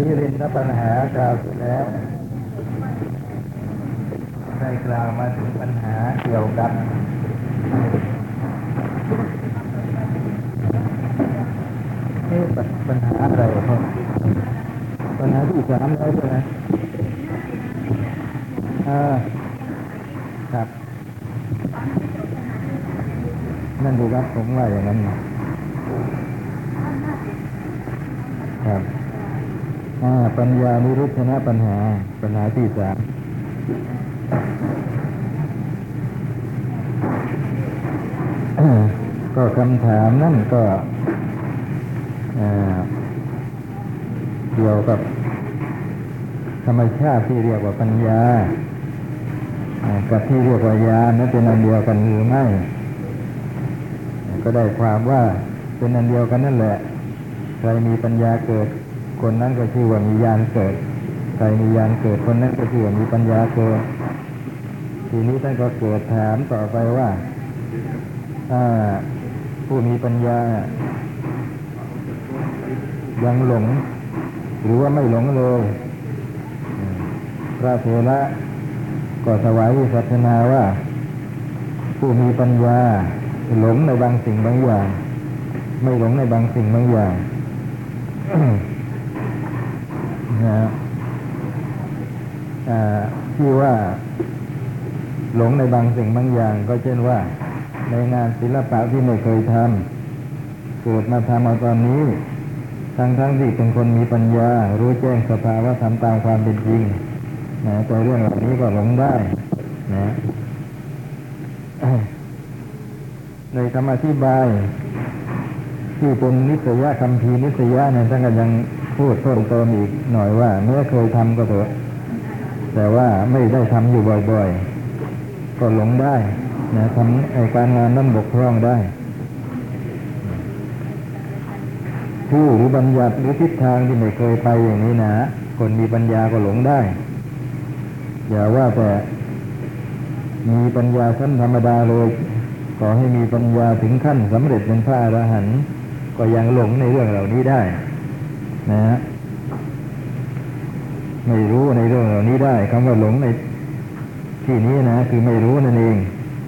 นิรินทปัญหากล่าวเสร็จแล้วได้กล่าวมาถึงปัญหาเกี่ยวกับปัญหาอะไรครับปัญหาที่3แล้วใช่ไหมครับนั่นดูครับผมว่าอย่างนั้นครับปัญญานิรุตชนะปัญหาที่3ก็คำถามนั่นก็เกี่ยวกับธรรมชาติที่เรียกว่าปัญญากับที่เรียกว่าญาณนั้นเป็นอันเดียวกันหรือไม่ก็ได้ความว่าเป็นอันเดียวกันนั่นแหละใครมีปัญญาเกิดคนนั้นก็ชื่อว่ามีญาณเกิดใครมีญาณเกิดคนนั้นก็ชื่อว่ามีปัญญาเกิดทีนี้ท่านก็เกิดถามต่อไปว่าผู้มีปัญญายังหลงหรือว่าไม่หลงเลยพระเถระก็ถวายวิสัชนาว่าผู้มีปัญญาหลงในบางสิ่งบางอย่างไม่หลงในบางสิ่งบางอย่างที่ว่าหลงในบางสิ่งบางอย่างก็เช่นว่าในงานศิลปะที่ไม่เคยทำเกิดมาทำเอาตอนนี้ทั้งที่เป็นคนมีปัญญารู้แจ้งสภาวะธรรมตามความเป็นจริงนะแต่เรื่องเหล่านี้ก็หลงได้นะในคำอธิบายที่เป็นนิสยคัมภีร์นิสยะเนี่ยท่านก็ยังพูดเพิ่มเติมอีกหน่อยว่าเมื่อเคยทำก็เถอะแต่ว่าไม่ได้ทำอยู่บ่อยๆก็หลงได้นะทำการงานนั้นบกพร่องได้ผู้หรือบัญญัติหรือทิศทางที่ไม่เคยไปอย่างนี้นะคนมีปัญญาก็หลงได้อย่าว่าแต่มีปัญญาขั้นธรรมดาเลยขอให้มีปัญญาถึงขั้นสำเร็จเป็นพระอรหันต์ก็ยังหลงในเรื่องเหล่านี้ได้นะไม่รู้ในเรื่องเหล่านี้ได้คำว่าหลงในที่นี้นะคือไม่รู้นั่นเอง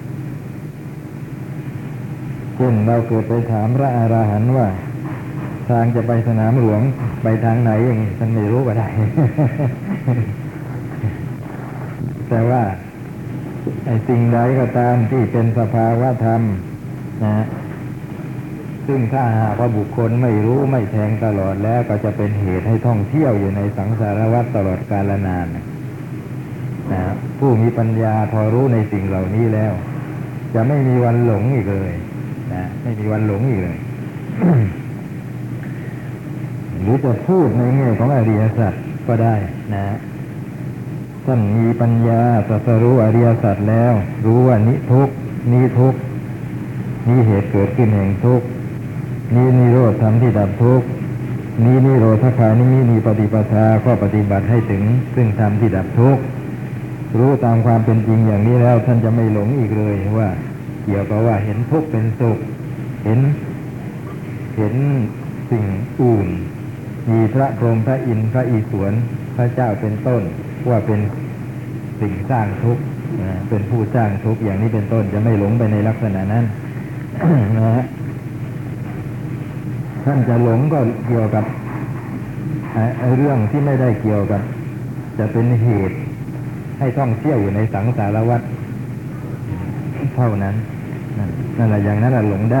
เช่นเราเกิดไปถามพระอรหันต์ว่าทางจะไปสนามหลวงไปทางไหนอย่างนี้ท่านไม่รู้ก็ได้ แต่ว่าไอ้สิ่งใดก็ตามที่เป็นสภาวะธรรมนะซึ่งถ้าหากว่าบุคคลไม่รู้ไม่แทงตลอดแล้วก็จะเป็นเหตุให้ท่องเที่ยวอยู่ในสังสารวัฏตลอดกาลนานนะผู้มีปัญญาพอรู้ในสิ่งเหล่านี้แล้วจะไม่มีวันหลงอีกเลยนะไม่มีวันหลงอีกเลย หรือจะพูดในแง่ของอริยสัจก็ได้นะท่านมีปัญญาตรัสรู้อริยสัจแล้วรู้ว่านิทุกข์นี้ทุกข์นี้เหตุเกิดขึ้นแห่งทุกข์นี้นิโรธธรรมที่ดับทุกข์นี้นิโรธคานิมินีปฏิปทาข้อปฏิบัติให้ถึงซึ่งธรรมที่ดับทุกข์รู้ตามความเป็นจริงอย่างนี้แล้วท่านจะไม่หลงอีกเลยว่าเกี่ยวกับว่าเห็นทุกข์เป็นสุขเห็นสิ่งอื่นมีพระพรหมพระอินทร์พระอิศวรพระเจ้าเป็นต้นว่าเป็นสิ่งสร้างทุกข์เป็นผู้สร้างทุกข์อย่างนี้เป็นต้นจะไม่หลงไปในลักษณะนั้น นะฮะท่านจะหลงก็เกี่ยวกับเรื่องที่ไม่ได้เกี่ยวกับจะเป็นเหตุให้ท่องเที่ยวอยู่ในสังสารวัฏเท่านั้นนั่นแหละอย่างนั้นหลงได้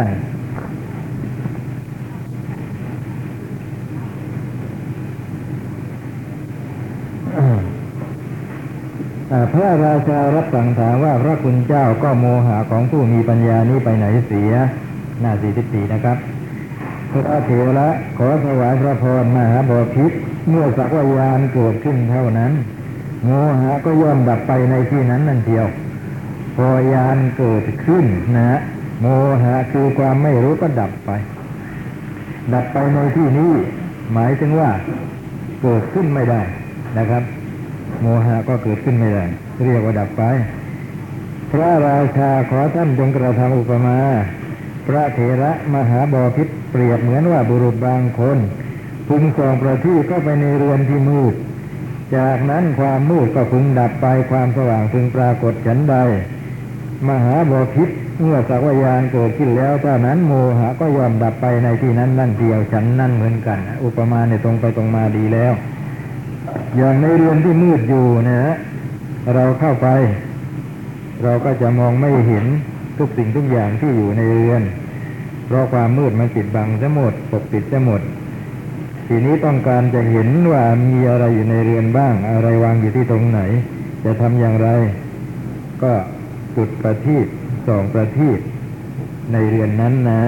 พระราชารับสั่งถามว่าพระคุณเจ้าก็โมหะของผู้มีปัญญานี้ไปไหนเสียหน้า44นะครับพระเถระขอถวายพระพรมหาบพิตรเมื่อสักวายานเกิดขึ้นเท่านั้นโมหะก็ย่อมดับไปในที่นั้นนั่นเดียวพอยานเกิดขึ้นนะโมหะคือความไม่รู้ก็ดับไปในที่นี้หมายถึงว่าเกิดขึ้นไม่ได้นะครับโมหะก็เกิดขึ้นไม่ได้เรียกว่าดับไปพระราชาขอท่านจงกระทำอุปมาพระเถระมหาบพิตรเปรียบเหมือนว่าบุรุษบางคนพึงส่องประทีปเข้าไปในเรือนที่มืดจากนั้นความมืดก็พึงดับไปความสว่างพึงปรากฏฉันใดมหาบพิตรเมื่อสักวายานเกิดขึ้นแล้วเท่านั้นโมหะก็ยอมดับไปในที่นั้นนั่นเดียวฉันนั่นเหมือนกันอุปมาเนี่ยตรงไปตรงมาดีแล้วอย่างในเรือนที่มืดอยู่นะเราเข้าไปเราก็จะมองไม่เห็นทุกสิ่งทุกอย่างที่อยู่ในเรือนเพราะความมืดมันปิดบังซะหมดปกปิดซะหมดทีนี้ต้องการจะเห็นว่ามีอะไรอยู่ในเรือนบ้างอะไรวางอยู่ที่ตรงไหนจะทำอย่างไรก็จุดประทีปส่องประทีปในเรือนนั้นนะ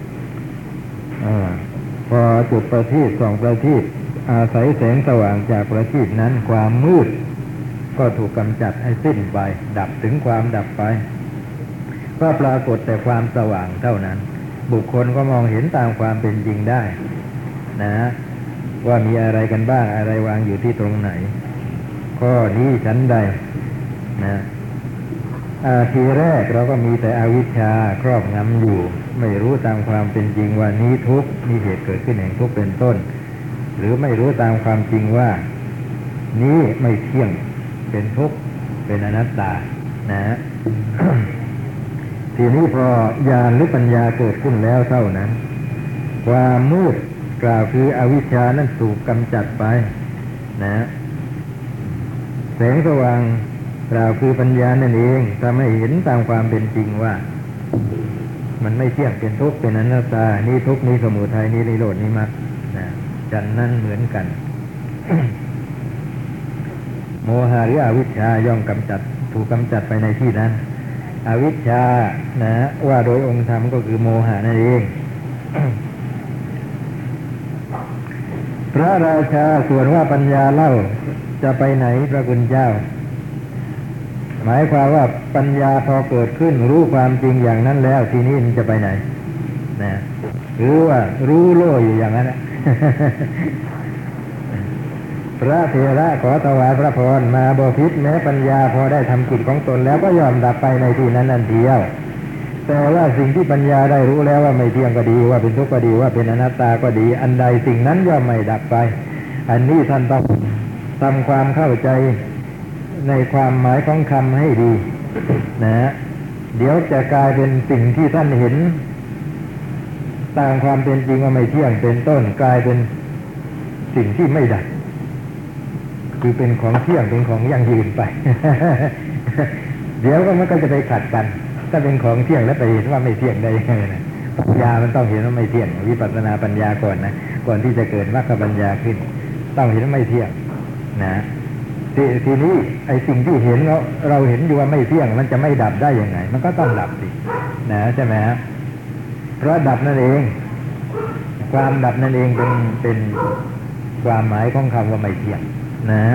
พอจุดประทีปส่องประทีปอาศัยแสงสว่างจากประทีปนั้นความมืดก็ถูกกำจัดให้สิ้นไปดับถึงความดับไปก็ปรากฏแต่ความสว่างเท่านั้นบุคคลก็มองเห็นตามความเป็นจริงได้นะว่ามีอะไรกันบ้างอะไรวางอยู่ที่ตรงไหนข้อนี้ชั้นใดนะทีแรกเราก็มีแต่อวิชชาครอบงำอยู่ไม่รู้ตามความเป็นจริงว่านี้ทุกข์มีเหตุเกิดขึ้นแห่งทุกข์เป็นต้นหรือไม่รู้ตามความจริงว่านี้ไม่เที่ยงเป็นทุกข์เป็นอนัตตานะ ทีนี้พอญาณหรือปัญญาเกิดขึ้นแล้วเท่านั้นความมืดกล่าวคืออวิชชานั้นถูกกำจัดไปนะแสงสว่างกล่าวคือปัญญานั่นเองทำให้เห็นตามความเป็นจริงว่ามันไม่เที่ยงเป็นทุกข์เป็นอนัตตานี่ทุกข์นี่สมุทัยนี่นิโรธนี่มรรคนะฉันนั้นเหมือนกัน โมหะหรืออวิชชาย่อมกำจัดถูกกำจัดไปในที่นั้นอวิชชานะว่าโดยองค์ธรรมก็คือโมหะนั่นเอง พระราชาส่วนว่าปัญญาเล่าจะไปไหนพระคุณเจ้าหมายความว่าปัญญาพอเกิดขึ้นรู้ความจริงอย่างนั้นแล้วทีนี้มันจะไปไหนนะหรือว่ารู้โล่อยู่อย่างนั้น พระเถระขอถวายพระพรมาบพิตรแม้ปัญญาพอได้ทำกิจของตนแล้วก็ยอมดับไปในที่นั้นนั่นเดียวแต่ว่าสิ่งที่ปัญญาได้รู้แล้วว่าไม่เที่ยงก็ดีว่าเป็นทุกข์ก็ดีว่าเป็นอนัตตาก็ดีอันใดสิ่งนั้นย่อมไม่ดับไปอันนี้ท่านต้องทำความเข้าใจในความหมายของคำให้ดีนะเดี๋ยวจะกลายเป็นสิ่งที่ท่านเห็นตามความเป็นจริงว่าไม่เที่ยงเป็นต้นกลายเป็นสิ่งที่ไม่ดับคือเป็นของเที่ยงเป็นของยั่งยืนไป เดี๋ยวก็มันก็จะไปขัดกันถ้าเป็นของเที่ยงแล้วไปเห็นว่าไม่เที่ยงได้ยังไงนะปัญญามันต้องเห็นว่าไม่เที่ยงวิปัสสนาปัญญาก่อนนะก่อนที่จะเกิดมรรคปัญญาขึ้นต้องเห็นว่าไม่เที่ยงนะทีนี้ไอ้สิ่งที่เห็นเราเห็นอยู่ว่าไม่เที่ยงมันจะไม่ดับได้ยังไงมันก็ต้องดับสินะใช่ไหมฮะเพราะดับนั่นเองความดับนั่นเองเป็นความหมายของคำว่าไม่เที่ยงนะ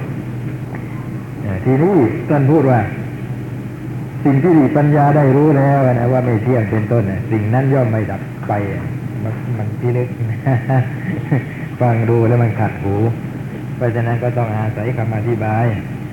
ทีนี้ท่านพูดว่าสิ่งที่ปัญญาได้รู้แล้วนะว่าไม่เที่ยงเป็นต้นสิ่งนั้นย่อมไม่ดับไปมันพิลึก ฟังดูแล้วมันขัดหูเพราะฉะนั้นก็ต้องอาศัยคำอธิบาย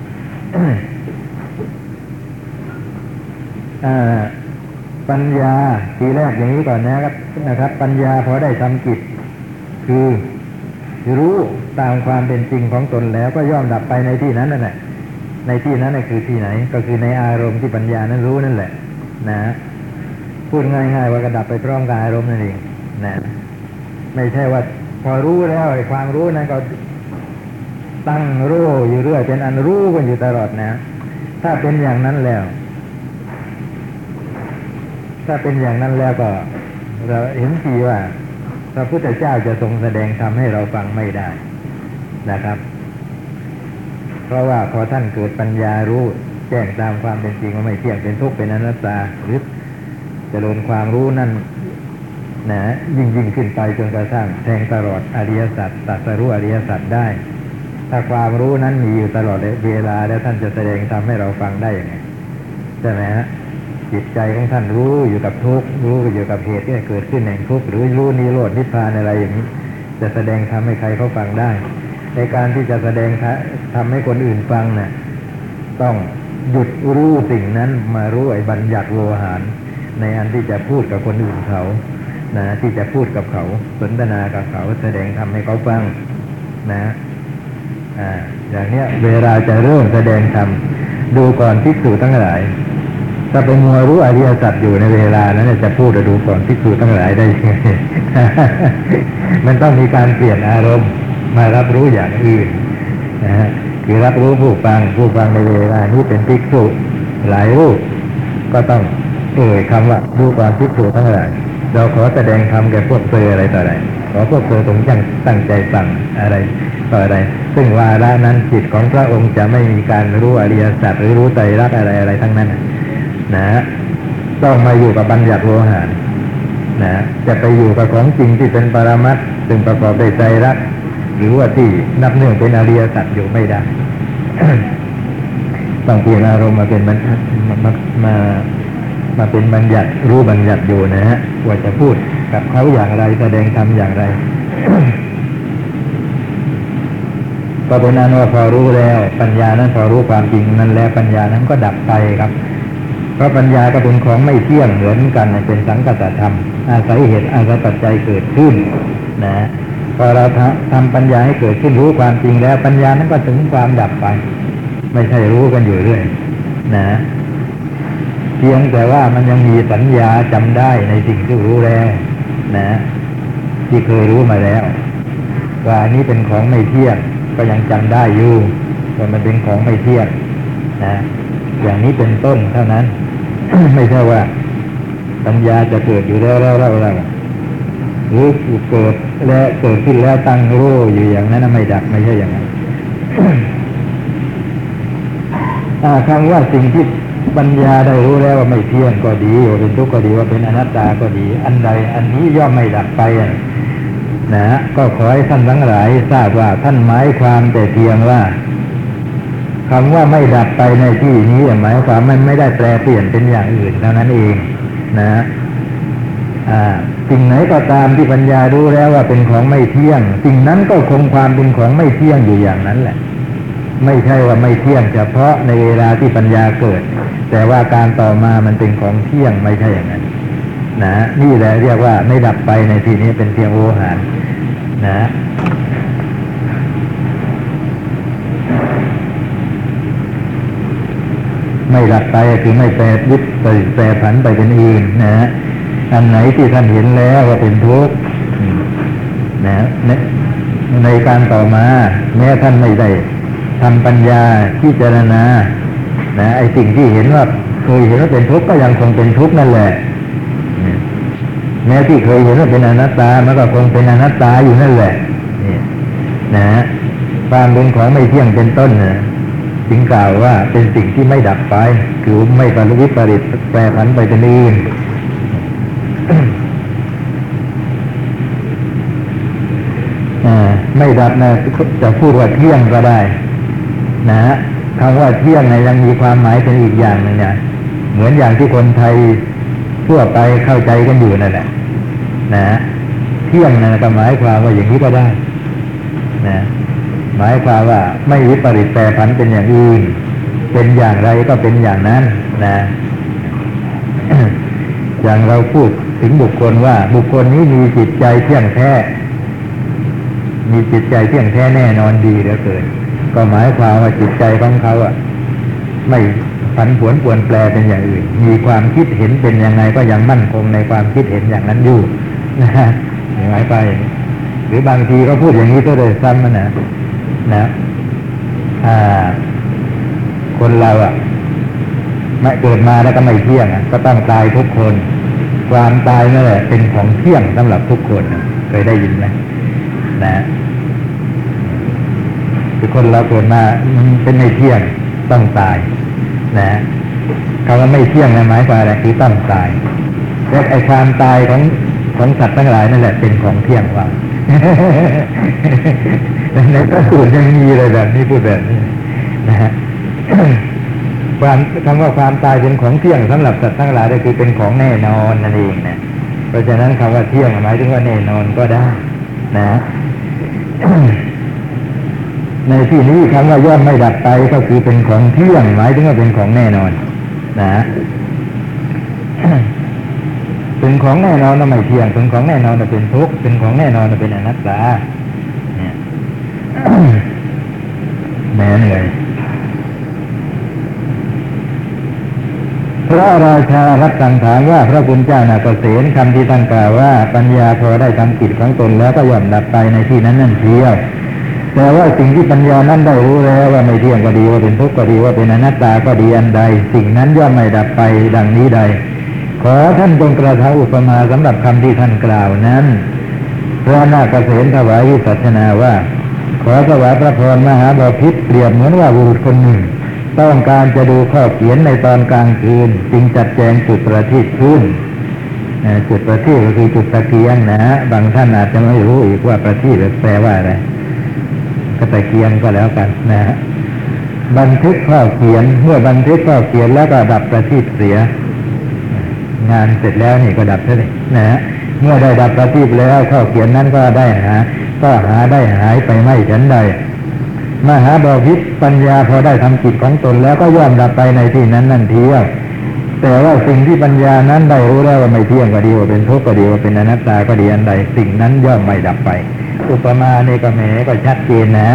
ปัญญาทีแรกอย่างนี้ก่อนนะครับปัญญาพอได้ทำกิจคือรู้ตามความเป็นจริงของตนแล้วก็ย่อมดับไปในที่นั้นนั่นแหละในที่นั้นน่ะคือที่ไหนก็คือในอารมณ์ที่ปัญญานั้นรู้นั่นแหละนะพูดง่ายๆว่ากระดับไปพร้อมกับอารมณ์นั่นเองนะไม่ใช่ว่าพอรู้แล้วไอ้ความรู้นั้นก็ตั้งรู้อยู่เรื่อยเป็นอันรู้กันอยู่ตลอดนะถ้าเป็นอย่างนั้นแล้วก็เราเห็นทีว่าพระพุทธเจ้าจะทรงแสดงธรรมให้เราฟังไม่ได้นะครับเพราะว่าพอท่านเกิดปัญญารู้แจ้งตามความเป็นจริงว่าไม่เที่ยงเป็นทุกข์เป็นอนัตตาหรือเจริญความรู้นั่นนะยิ่งขึ้นไปจนกระทั่งแทงตลอดอริยสัจตรัสรู้อริยสัจได้ถ้าความรู้นั้นมีอยู่ตลอดเวลาแล้วท่านจะแสดงธรรมให้เราฟังได้ยังไงใช่ไหมฮะจิตใจของท่านรู้อยู่กับทุกข์รู้อยู่กับเหตุที่เกิดขึ้นแห่งทุกข์หรือรู้นิโรธนิพพานอะไรอย่างนี้จะแสดงธรรมให้ใครเขาฟังได้ในการที่จะแสดงทำให้คนอื่นฟังน่ะต้องหยุดรู้สิ่งนั้นมารู้ไอ้บัญญัติโวหารในอันที่จะพูดกับคนอื่นเขานะที่จะพูดกับเขาสนทนากับเขาแสดงธรรมให้เขาฟังนะอย่างเนี้ยเวลาจะเริ่มแสดงธรรมดูก่อนภิกษุทั้งหลายถ้าเป็นมัวรู้อริยสัจอยู่ในเวลานั้นจะพูดดูก่อนภิกษุทั้งหลายได้ยังไง มันต้องมีการเปลี่ยนอารมณ์มารับรู้อย่างอื่นนะฮะคือรับรู้ผู้ฟังในเวลานี้เป็นภิกษุหลายรูปก็ต้องคำว่าดูก่อนภิกษุทั้งหลายเราขอแสดงธรรมแก่พวกเธออะไรต่ออะไรขอพวกเธอตั้งใจฟังอะไรต่ออะไรซึ่งวาระนั้นจิตของพระองค์จะไม่มีการรู้อริยสัจหรือรู้ไตรลักษณ์อะไรทั้งนั้นนะต้องมาอยู่กับบัญญัติโวหารนะจะไปอยู่กับของจริงที่เป็นปรมัตถ์ซึ่งประกอบด้วยไตรลักษณ์หรือว่าที่นับเนื่องเป็นอริยสัจอยู่ไม่ได้ ต้องเปลี่ยนอารมณ์มาเป็นมาเป็นบัญญัติรู้บัญญัติอยู่นะฮะว่าจะพูดกับเขาอย่างไรแสดงธรรมอย่างไร ก็เป็นนั้นว่าพอรู้แล้วปัญญานั้นพอรู้ความจริงนั้นแล้วปัญญานั้นก็ดับไปครับเพราะปัญญาก็เป็นของไม่เที่ยงเหมือนกันเป็นสังกัตธรรมอาศัยเหตุอาศัยปัจจัยเกิดขึ้นนะพอเราทำปัญญาให้เกิดขึ้นรู้ความจริงแล้วปัญญานั้นก็ถึงความดับไปไม่ใช่รู้กันอยู่เรื่อยนะเพียงแต่ว่ามันยังมีสัญญาจำได้ในสิ่งที่รู้แล้วนะที่เคยรู้มาแล้วว่าอันนี้เป็นของไม่เที่ยงก็ยังจำได้อยู่ว่ามันเป็นของไม่เที่ยงนะอย่างนี้เป็นต้นเท่านั้น ไม่ใช่ว่าปัญญาจะเกิดอยู่แล้วหรือเกิดขึ้นแล้วตั้งรู้อยู่อย่างนั้นไม่ดับไม่ใช่อย่างนั้น คำว่าสิ่งที่ปัญญาได้รู้แล้วว่าไม่เที่ยงก็ดีว่าเป็นทุกข์ก็ดีว่าเป็นอนัตตาก็ดีอันใดอันนี้ย่อมไม่ดับไปนะก็ขอให้ท่านทั้งหลายทราบว่าท่านหมายความแต่เพียงว่าคำว่าไม่ดับไปในที่นี้หมายความมันไม่ได้แปลเปลี่ยนเป็นอย่างอื่นเท่านั้นเองนะสิ่งไหนก็ตามที่ปัญญารู้แล้วว่าเป็นของไม่เที่ยงสิ่งนั้นก็คงความเป็นของไม่เที่ยงอยู่อย่างนั้นแหละไม่ใช่ว่าไม่เที่ยงเฉพาะในเวลาที่ปัญญาเกิดแต่ว่าการต่อมามันเป็นของเที่ยงไม่ใช่อย่างนั้นนะนี่แหละเรียกว่าไม่ดับไปในที่นี้เป็นเพียงโวหารนะไม่ดับไปคือไม่แปรยึดแปรผันไปเป็นอื่นนะอันไหนที่ท่านเห็นแล้วว่าเป็นทุกข์นะในการต่อมาแม้ท่านไม่ได้ทำปัญญาพิจารณานะไอ้สิ่งที่เห็นว่าเคยเห็นว่าเป็นทุกข์ก็ยังคงเป็นทุกข์นั่นแหละแม้ที่เคยเห็นว่าเป็นอนัตตามันก็คงเป็นอนัตตาอยู่นั่นแหละนี่นะความเป็นของไม่เที่ยงเป็นต้นนะจึงกล่าวว่าเป็นสิ่งที่ไม่ดับไปคือไม่ปริวิปริตแปรผันไปเป็นอื่น ไม่ดับนะจะพูดว่าเที่ยงก็ได้นะคำว่าเที่ยงเนี่ยยังมีความหมายเป็นอีกอย่างหนึ่งเนี่ยเหมือนอย่างที่คนไทยทั่วไปเข้าใจกันอยู่นั่นแหละนะเที่ยงนะก็หมายความว่าอย่างนี้ก็ได้นะหมายความว่าไม่วิปริตแปรผันเป็นอย่างอื่นเป็นอย่างไรก็เป็นอย่างนั้นนะ อย่างเราพูดถึงบุคคลว่าบุคคลนี้มีจิตใจเที่ยงแท้มีจิตใจเที่ยงแท้แน่นอนดีเหลือเกินก็หมายความว่าจิตใจของเขาไม่ผันผวนปรวนแปรเป็นอย่างอื่นมีความคิดเห็นเป็นยังไงก็ยังมั่นคงในความคิดเห็นอย่างนั้นอยู่นะฮะหมายไปหรือบางทีก็พูดอย่างนี้ก็เลยซ้ำนะคนเราไม่เกิดมาแล้วก็ไม่เที่ยงก็ต้องตายทุกคนความตายนั่นแหละเป็นของเที่ยงสำหรับทุกคนเคยได้ยินไหมนะคือคนเราเกิดมาเป็นไม่เที่ยงต้องตายนะคำว่าไม่เที่ยงหมายความอะไรคือต้องตายและไอ้ความตายของสัตว์ทั้งหลายนั่นแหละเป็นของเที่ยงว่า ในพระสูตรยังมีเลยแบบนี้พูดแบบนี้นะฮะ คำว่าความตายเป็นของเที่ยงสำหรับสัตว์ทั้งหลายก็คือเป็นของแน่นอนนั่นเองนะเพราะฉะนั้นคำว่าเที่ยงหมายถึงว่าแน่นอนก็ได้นะ ในที่นี้คำว่าย่อมไม่ดับไปก็คือเป็นของเที่ยงหมายถึงว่าเป็นของแน่นอนนะ เป็เป็นของแน่นอนน่ะไม่เที่ยงเป็นของแน่นอนน่ะเป็นทุกข์เป็นของแน่นอนน่ะเป็นอนัตตาเนี่ย แหมเหนื่อยพระราชารับสั่งถามว่าพระคุณเจ้านาเกษตรคำที่ท่านกล่าวว่าปัญญาพอได้ทำกิจของตนแล้วก็ย่อมดับไปในที่นั้นนั่นเทียวแต่ว่าสิ่งที่ปัญญานั้นได้รู้แล้วว่าไม่เที่ยงก็ดีว่าเป็นทุกข์ก็ดีว่าเป็นอนัตตาก็ดีอันใดสิ่งนั้นย่อมไม่ดับไปดังนี้ใดขอท่านจงกระทำอุปมาสำหรับคำที่ท่านกล่าวนั้นพระนาคเกษตรถวายวิสัชนาว่าขอถวายพระพรมหาบพิตรเปรียบเหมือนว่าบุรุษคนหนึ่งต้องการจะดูข้อเขียนในตอนกลางคืนจึงจัดแจงจุดประทีปขึ้นจุดประทีปก็คือจุดตะเกียงนะบางท่านอาจจะไม่รู้อีกว่าประทีปแปลว่าอะไรก็ตะเกียงก็แล้วกันนะบันทึกข้อเขียนเมื่อบันทึกข้อเขียนแล้วก็ดับประทีปเสียงานเสร็จแล้วนี่ก็ดับเลยนะเมื่อได้ดับประทีปแล้วข้อเขียนนั้นก็ได้หายไปไม่ฉันใดมหาบพิตรปัญญาพอได้ทำกิจของตนแล้วก็ย่อมดับไปในที่นั้นนั่นเทียวแต่ว่าสิ่งที่ปัญญานั้นได้รู้แล้วว่าไม่เที่ยงก็ดีว่าเป็นทุกข์ก็ดีว่าเป็นอนัตตาก็ดีอันใดสิ่งนั้นย่อมไม่ดับไปอุปมาเนี่ยก็แหมก็ชัดเจนนะ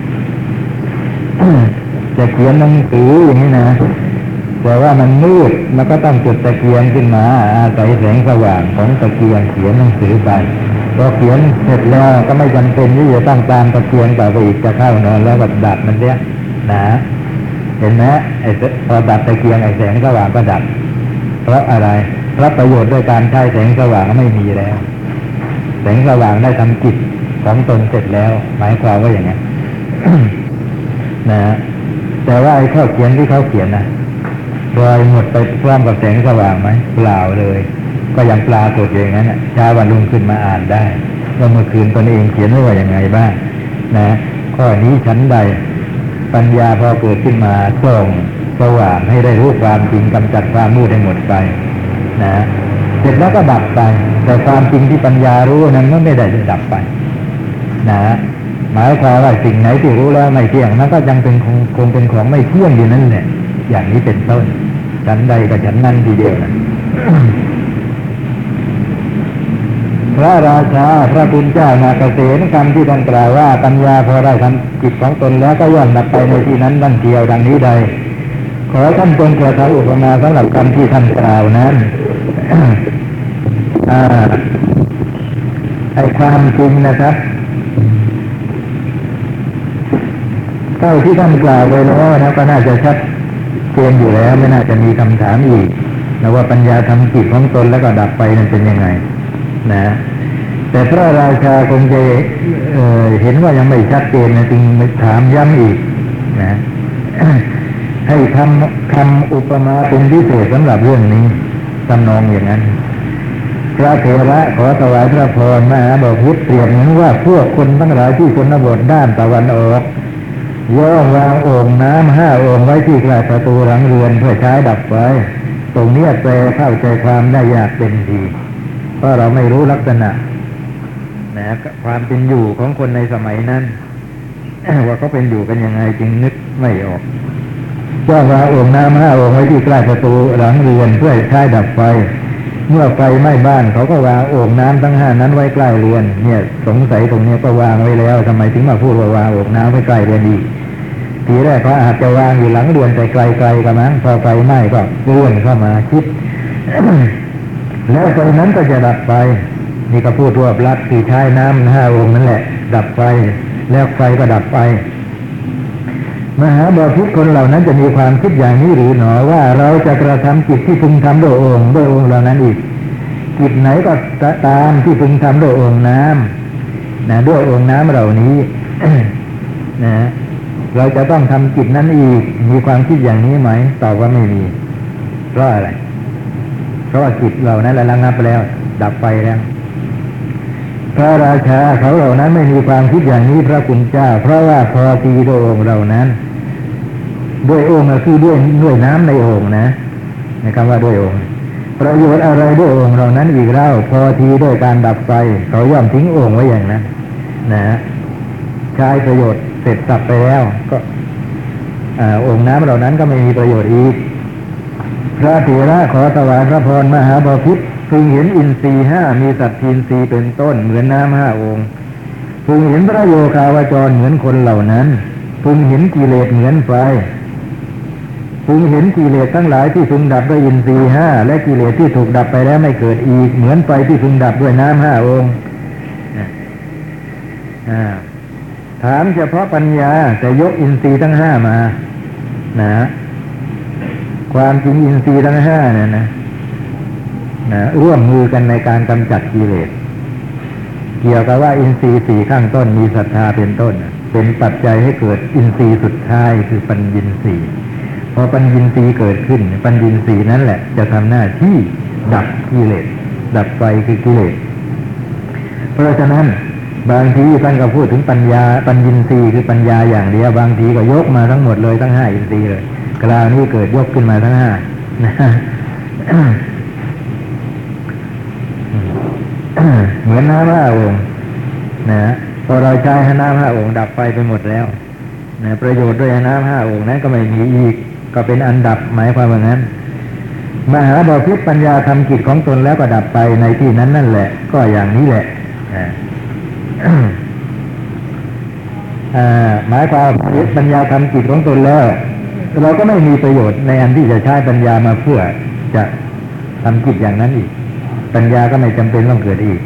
จะเขียนหนังสืออย่างนี้นะแต่ว่ามันมืดมันก็ต้องจุดตะเกียงขึ้นมาอาศัยแสงสว่างของตะเกียงเขียนหนังสือไปพอเขียนเสร็จแล้วก็ไม่จำเป็นที่จะต้องตามตะเกียงต่อไปอีกจะเข้านอนแล้วก็ดับมันเสียนะเห็นไหมพอดับตะเกียงไอ้แสงสว่างก็ดับเพราะอะไรเพราะประโยชน์ด้วยการใช้แสงสว่างไม่มีแล้วแสงสว่างได้ทำกิจของตนเสร็จแล้วหมายความว่าอย่างไง นะแต่ว่าไอ้ข้อเขียนที่เขาเขียนนะรอยหมดไปพร้อมกับแสงสว่างไหมเปล่าเลยก็ยังปรากฏอย่างนั้นเช้าวันรุ่งขึ้นมาอ่านได้ว่าเมื่อคืนตนเองเขียนไว้ว่าอย่างไงบ้างนะข้อนี้ชั้นใดปัญญาพอเกิดขึ้นมาส่องสว่างให้ได้รู้ความจริงกำจัดความมืดให้หมดไปนะเสร็จแล้วก็ดับไปแต่ความจริงที่ปัญญารู้นั้นไม่ได้ดับไปนะหมายความว่าสิ่งไหนที่รู้แล้วไม่เที่ยงนั้นก็ยังเป็นคงเป็นของไม่เที่ยงอยู่นั่นแหละอย่างนี้เป็นต้นชั้นใดกับชั้นนั้นทีเดียวนะ พระราชาพระคุณเจ้านาเกษตรคำที่ท่านกล่าวว่าปัญญาพอได้ทำกิจของตนแล้วก็ย่อมดับไปในที่นั้นนั่นเดียวดังนี้ใดขอท่านจงกระทำอุปมาสำหรับคำที่ท่านกล่าวนั้น ไอ้ความจริงนะครับเท่าที่ท่านกล่าวไปแล้วนะก็น่าจะชัดเจนอยู่แล้วไม่น่าจะมีคำถามอีกนะว่าปัญญาทำกิจของตนแล้วก็ดับไปนั้นเป็นยังไงนะแต่พระราชาคงจะเห็นว่ายังไม่ชัดเจนนะจึงถามย้ำอีกนะ ให้คำอุปมาเป็นพิเศษสำหรับเรื่องนี้ทำนองอย่างนั้นพระเถระขอถวายพระพรมหาบพิตรเปรียบเหมือนว่าพวกคนทั้งหลายที่ชนบทด้านตะวันออกย่อมวางโอ่งน้ำ5 โอ่งไว้ที่ใกล้ประตูหลังเรือนเพื่อใช้ดับไฟตรงนี้แปลเข้าใจความได้ยากเป็นทีเพราะเราไม่รู้ลักษณะนะความเป็นอยู่ของคนในสมัยนั้น ว่าเขาเป็นอยู่กันยังไงจึงนึกไม่ออกย่อมวางโอ่งน้ำ5 โอ่งไว้ที่ใกล้ประตูหลังเรือนเพื่อใช้ดับไฟเมื่อไฟไหม้บ้านเขาก็วางโอ่งน้ำทั้ง5นั้นไว้ใกล้เรือนเนี่ยสงสัยตรงนี้ก็วางไว้แล้วทำไมถึงมาพูดว่าวางโอ่งน้ำไว้ใกล้เรือนอีกทีแรกเขาอาจจะวางอยู่หลังเรือนแต่ไกลๆกันมั้งพอไฟไหม้ก็เลื่อนเข้ามาคิด แล้วไฟนั้นก็จะดับไปนี่ก็พูดรวบลัดคือใช้น้ำ5 โอ่งนั่นแหละดับไฟแล้วไฟก็ดับไปมหาบพิตรคนเหล่านั้นจะมีความคิดอย่างนี้หรือหนอว่าเราจะกระทำกิจที่พึงทำด้วยองค์เหล่านั้นอีกกิจไหนก็ตามที่พึงทำด้วยองค์น้ำนะด้วยองค์น้ำเหล่านี้ นะเราจะต้องทำกิจนั้นอีกมีความคิดอย่างนี้ไหมตอบว่าไม่มีเพราะอะไรเพราะว่ากิจเหล่านั้นระงับแล้วดับไปแล้วพระราชาเขาเหล่านั้นไม่มีความคิดอย่างนี้พระคุณเจ้าเพราะว่าพอทีด้วยองค์เหล่านั้นด้วยองค์ก็คือด้วยน้ำในองค์นะคำว่าด้วยองค์ประโยชน์อะไรด้วยองค์เหล่านั้นอีกเล่าพอทีด้วยการดับไฟเขาย่อมทิ้งองค์ไว้อย่างนั้นนะใช้ประโยชน์เสร็จสับไปแล้วก็องค์น้ำเหล่านั้นก็ไม่มีประโยชน์อีกพระเถระขอถวายพระพรมหาบพิตรพึงเห็นอินทรีย์ห้ามีสัตทินทรีย์เป็นต้นเหมือนน้ำห้าองค์พึงเห็นพระโยคาวจรเหมือนคนเหล่านั้นพึงเห็นกิเลสเหมือนไฟพึงเห็นกิเลสทั้งหลายที่พึงดับด้วยอินทรีย์ห้าและกิเลสที่ถูกดับไปแล้วไม่เกิดอีกเหมือนไฟที่พึงดับด้วยน้ำห้าองค์ถามเฉพาะปัญญาแต่ยกอินทรีย์ทั้งห้ามานะความจริงอินทรีย์ทั้งห้าเนี่ยนะร่วมมือกันในการกำจัดกิเลสเกี่ยวกับว่าอินทรีย์สี่ข้างต้นมีศรัทธาเป็นต้นเป็นปัจจัยให้เกิดอินทรีย์สุดท้ายคือปัญญินทรีย์พอปัญญินทรีย์เกิดขึ้นปัญญินทรีย์นั่นแหละจะทำหน้าที่ดับกิเลสดับไฟคือกิเลสเพราะฉะนั้นบางทีท่านก็พูดถึงปัญญาปัญญินทรีย์คือปัญญาอย่างเดียวบางทีก็ยกมาทั้งหมดเลยทั้งห้าอินทรีย์เลยคราวนี้เกิดยกขึ้นมาทั้งห้าเหมือนน้ำห้าองค์นะพอเราใช้น้ำห้าองค์ดับไฟไปหมดแล้วนะประโยชน์ด้วยน้ำห้าองค์นั้นก็ไม่มีอีกก็เป็นอันดับหมายความว่างั้นมหาบพิตรปัญญาทำกิจของตนแล้วก็ดับไปในที่นั้นนั่นแหละก็อย่างนี้แหละหมายความปัญญาทำกิจของตนแล้วเราก็ไม่มีประโยชน์ในอันที่จะใช้ปัญญามาเพื่อจะทำกิจอย่างนั้นอีกปัญญาก็ไม่จำเป็นต้องเกิดอีก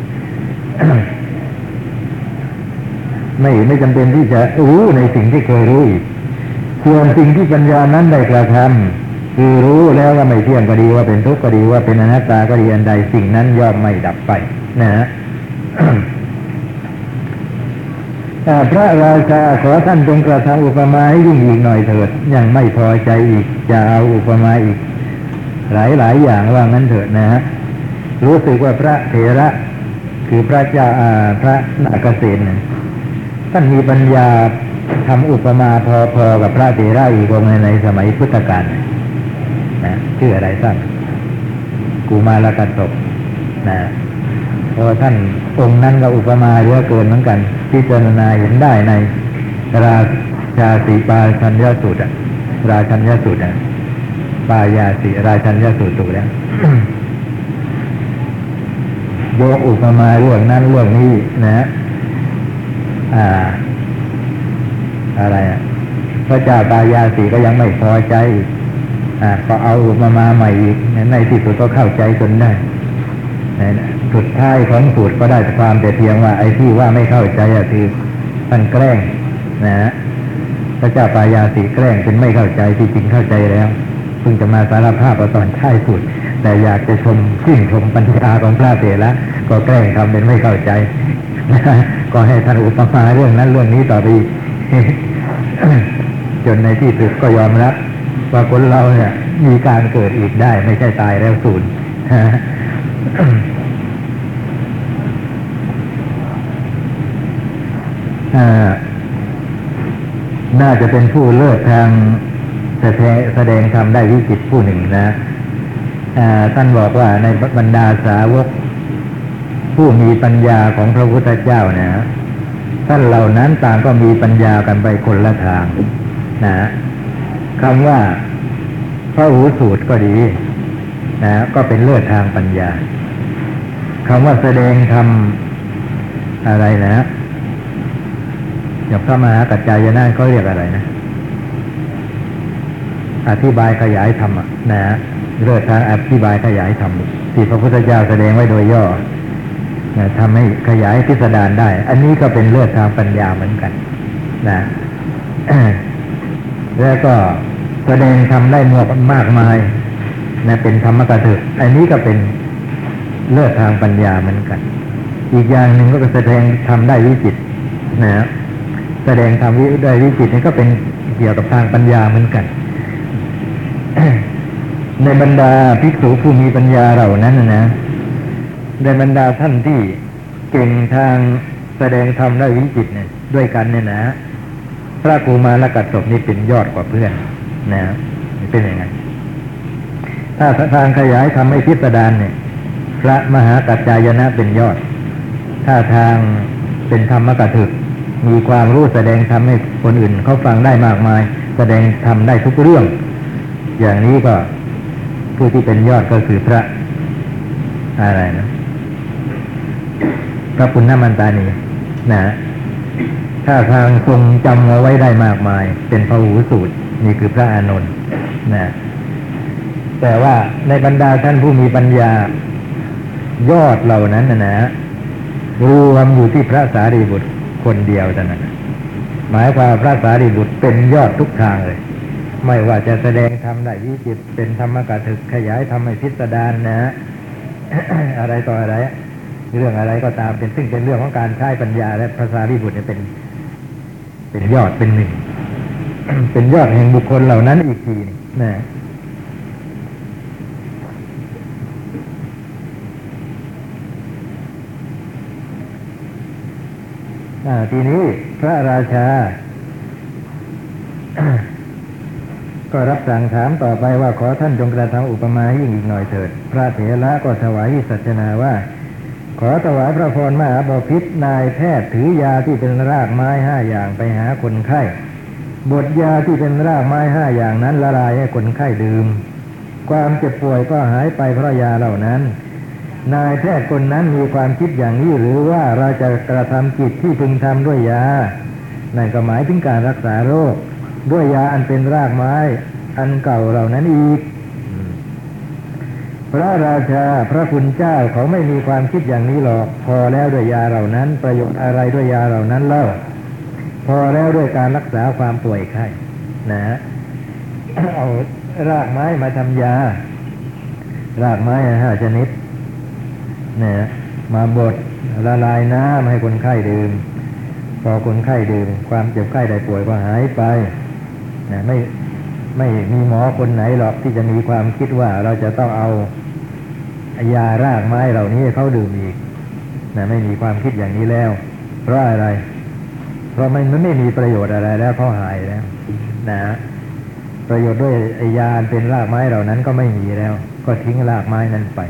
ไม่จำเป็นที่จะรู้ในสิ่งที่เคยรู้อีกส่วนสิ่งที่ปัญญานั้นได้กระทำคือรู้แล้วว่าไม่เที่ยงก็ดีว่าเป็นทุกข์ก็ดีว่าเป็นอนัตตาก็ดีอันใดสิ่งนั้นย่อมไม่ดับไปนะฮะ พระราชาขอท่านจงกระทำอุปมาให้ยิ่งอีกหน่อยเถิดยังไม่พอใจอีกจะเอาอุปมาอีกหลายอย่างว่างั้นเถิดนะฮะรู้สึกว่าพระเถระคือพระเจ้าพระนาคเสนท่านมีปัญญาทำอุปมาพอกับพระเถระอีกองค์ในสมัยพุทธกาลนะชื่ออะไรท่านกุมารกัสสปนะเพราะท่านองค์นั้นก็อุปมาเยอะเกินเหมือนกันพิจารณาเห็นได้ในราชาสีปาชัญญสูตรราชัญญสูตรปายาสีราชัญญสูตรถูกแล้ว โยกอุปมาเรื่องนั้นเรื่องนี้นะอะไรพระเจ้าปายาสีก็ยังไม่พอใจก็เอาอุปมาใหม่อีกในที่สุดก็เข้าใจจนได้สุดท้ายของสูตรก็ได้ความแต่เพียงว่าไอ้ที่ว่าไม่เข้าใจคือท่านแกล้งนะพระเจ้าปายาสีแกล้งจนไม่เข้าใจที่จริงเข้าใจแล้วเพิ่งจะมาสารภาพตอนท้ายสุดแต่อยากจะชื่นชมปัญญาของพระเถระก็แกล้งทำเป็นไม่เข้าใจก็ให้ท่านอุปมาเรื่องนั้นเรื่องนี้ต่อไป จนในที่สุดก็ยอมรับว่าคนเราเนี่ยมีการเกิดอีกได้ไม่ใช่ตายแล้วสูญ น่าจะเป็นผู้เลิศทางแสดงธรรมได้วิจิตรผู้หนึ่งนะท่านบอกว่าในบรรดาสาวกผู้มีปัญญาของพระพุทธเจ้านะท่านเหล่านั้นต่างก็มีปัญญากันไปคนละทางนะคำว่าพระหูสูตรก็ดีนะก็เป็นเลิศทางปัญญาคำว่าแสดงธรรมอะไรนะอย่างพระมหากัจจายนะเขาเรียกอะไรนะอธิบายขยายธรรมนะเลิศทางอธิบายขยายธรรมที่พระพุทธเจ้าแสดงไว้โดยย่อทำให้ขยายพิสดารได้อันนี้ก็เป็นเลิศทางปัญญาเหมือนกันนะ แล้วก็แสดงธรรมได้มากมายนะเป็นธรรมกถึกอันนี้ก็เป็นเลิศทางปัญญาเหมือนกันอีกอย่างหนึ่งก็แสดงธรรมได้วิจิตรนะแสดงธรรมได้วิจิตรนี่ก็เป็นเกี่ยวกับทางปัญญาเหมือนกัน ในบรรดาภิกษุผู้มีปัญญาเหล่านั้นนะในบรรดาท่านที่เก่งทางแสดงธรรมได้วิจิตรเนี่ยด้วยกันเนี่ยนะพระกุมารกัสสปนี่เป็นยอดกว่าเพื่อนนะเป็นยังไงถ้าทางขยายธรรมให้พิสดารเนี่ยพระมหากัจจายนะเป็นยอดถ้าทางเป็นธรรมกถึกมีความรู้แสดงธรรมให้คนอื่นเขาฟังได้มากมายแสดงธรรมได้ทุกเรื่องอย่างนี้ก็ผู้ที่เป็นยอดก็คือพระอะไรนะพระปุณณมันตานีนะถ้าทางทรงจำเอาไว้ได้มากมายเป็นพหูสูตรนี่คือพระอานนท์นะแต่ว่าในบรรดาท่านผู้มีปัญญายอดเหล่านั้นนะรวมอยู่ที่พระสารีบุตรคนเดียวเท่านั้นหมายความพระสารีบุตรเป็นยอดทุกทางเลยไม่ว่าจะแสดงธรรมได้วิจิตรเป็นธรรมกถึกขยายธรรมให้พิสดารนะ อะไรต่ออะไรเรื่องอะไรก็ตามเป็นซึ่งเป็นเรื่องของการใช้ปัญญาและพระสารีบุตรเนี่ยเป็นยอดเป็นหนึ่ง เป็นยอดแห่งบุคคลเหล่านั้นอีกทีนะทีนี้พระราชา ก็รับสั่งถามต่อไปว่าขอท่านจงกระทำอุปมายิ่งอีกหน่อยเถิดพระเถระก็ถวายสัจนาว่าขอถวายพระพรมหาบพิตรนายแพทย์ถือยาที่เป็นรากไม้5อย่างไปหาคนไข้บทยาที่เป็นรากไม้5อย่างนั้นละลายให้คนไข้ดื่มความเจ็บป่วยก็หายไปเพราะยาเหล่านั้นนายแพทย์คนนั้นมีความคิดอย่างนี้หรือว่าเราจะกระทำกิจที่พึงทำด้วยยานั่นก็หมายถึงการรักษาโรคด้วยยาอันเป็นรากไม้อันเก่าเหล่านั้นอีกพระราชาพระคุณเจ้าเขาไม่มีความคิดอย่างนี้หรอกพอแล้วด้วยยาเหล่านั้นประโยชน์อะไรด้วยยาเหล่านั้นเล่าพอแล้วด้วยการรักษาความป่วยไข้นะ เอารากไม้มาทำยารากไม้5 ชนิดเนี่ยมาบดละลายน้ำให้คนไข้ดื่มพอคนไข้ดื่มความเจ็บไข้ได้ป่วยก็หายไปนะไม่มีหมอคนไหนหรอกที่จะมีความคิดว่าเราจะต้องเอายารากไม้เหล่านี้เขาดื่มอีกนะไม่มีความคิดอย่างนี้แล้วเพราะอะไรเพราะมันไม่มีประโยชน์อะไรแล้วเขาหายแล้วนะประโยชน์ด้วยยาเป็นรากไม้เหล่านั้นก็ไม่มีแล้วก็ทิ้งรากไม้นั้นไป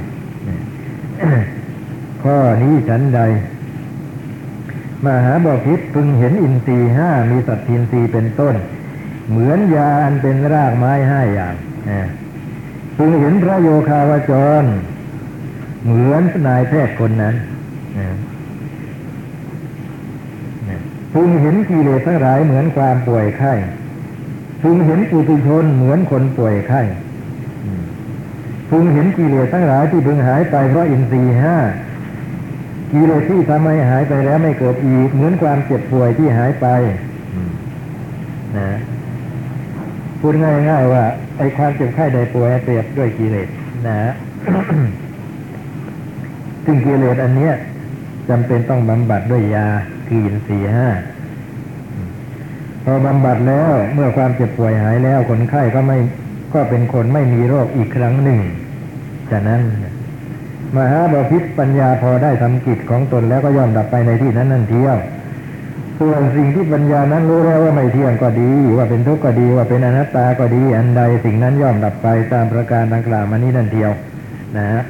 ข้อนี้ฉันใดมหาบพิตรพึงเห็นอินทรีย์5มีสัตทินทรีย์เป็นต้นเหมือนยาอันเป็นรากไม้5อย่างพึงเห็นพระโยคาวจรเหมือนนายแพทย์คนนั้นพึงเห็นกิเลสทั้งหลายเหมือนความป่วยไข้พึงเห็นปุถุชนเหมือนคนป่วยไข้พึงเห็นกิเลสทั้งหลายที่พึงหายไปเพราะอินทรีย์5กิเลสที่ทำให้หายไปแล้วไม่เกิดอีกเหมือนความเจ็บป่วยที่หายไปนะพูดง่ายๆว่าไอ้ความเจ็บไข้ได้ป่วยเปรียบด้วยกิเลสนะ ซึ่งกิเลสอันเนี้ยจำเป็นต้องบำบัดด้วยยาคืออินทรีย์5พอบำบัดแล้วเมื่อความเจ็บป่วยหายแล้วคนไข้ก็เป็นคนไม่มีโรคอีกครั้งหนึ่งฉะนั้นมหาบพิตรปัญญาพอได้ทำกิจของตนแล้วก็ย่อมดับไปในที่นั้นนั่นเที่ยวส่วนสิ่งที่ปัญญานั้นรู้แล้วว่าไม่เที่ยงก็ดีว่าเป็นทุกข์ก็ดีว่าเป็นอนัตตาก็ดีอันใดสิ่งนั้นย่อมดับไปตามประการดังกล่าวมานี้นั่นเที่ยวนะฮะ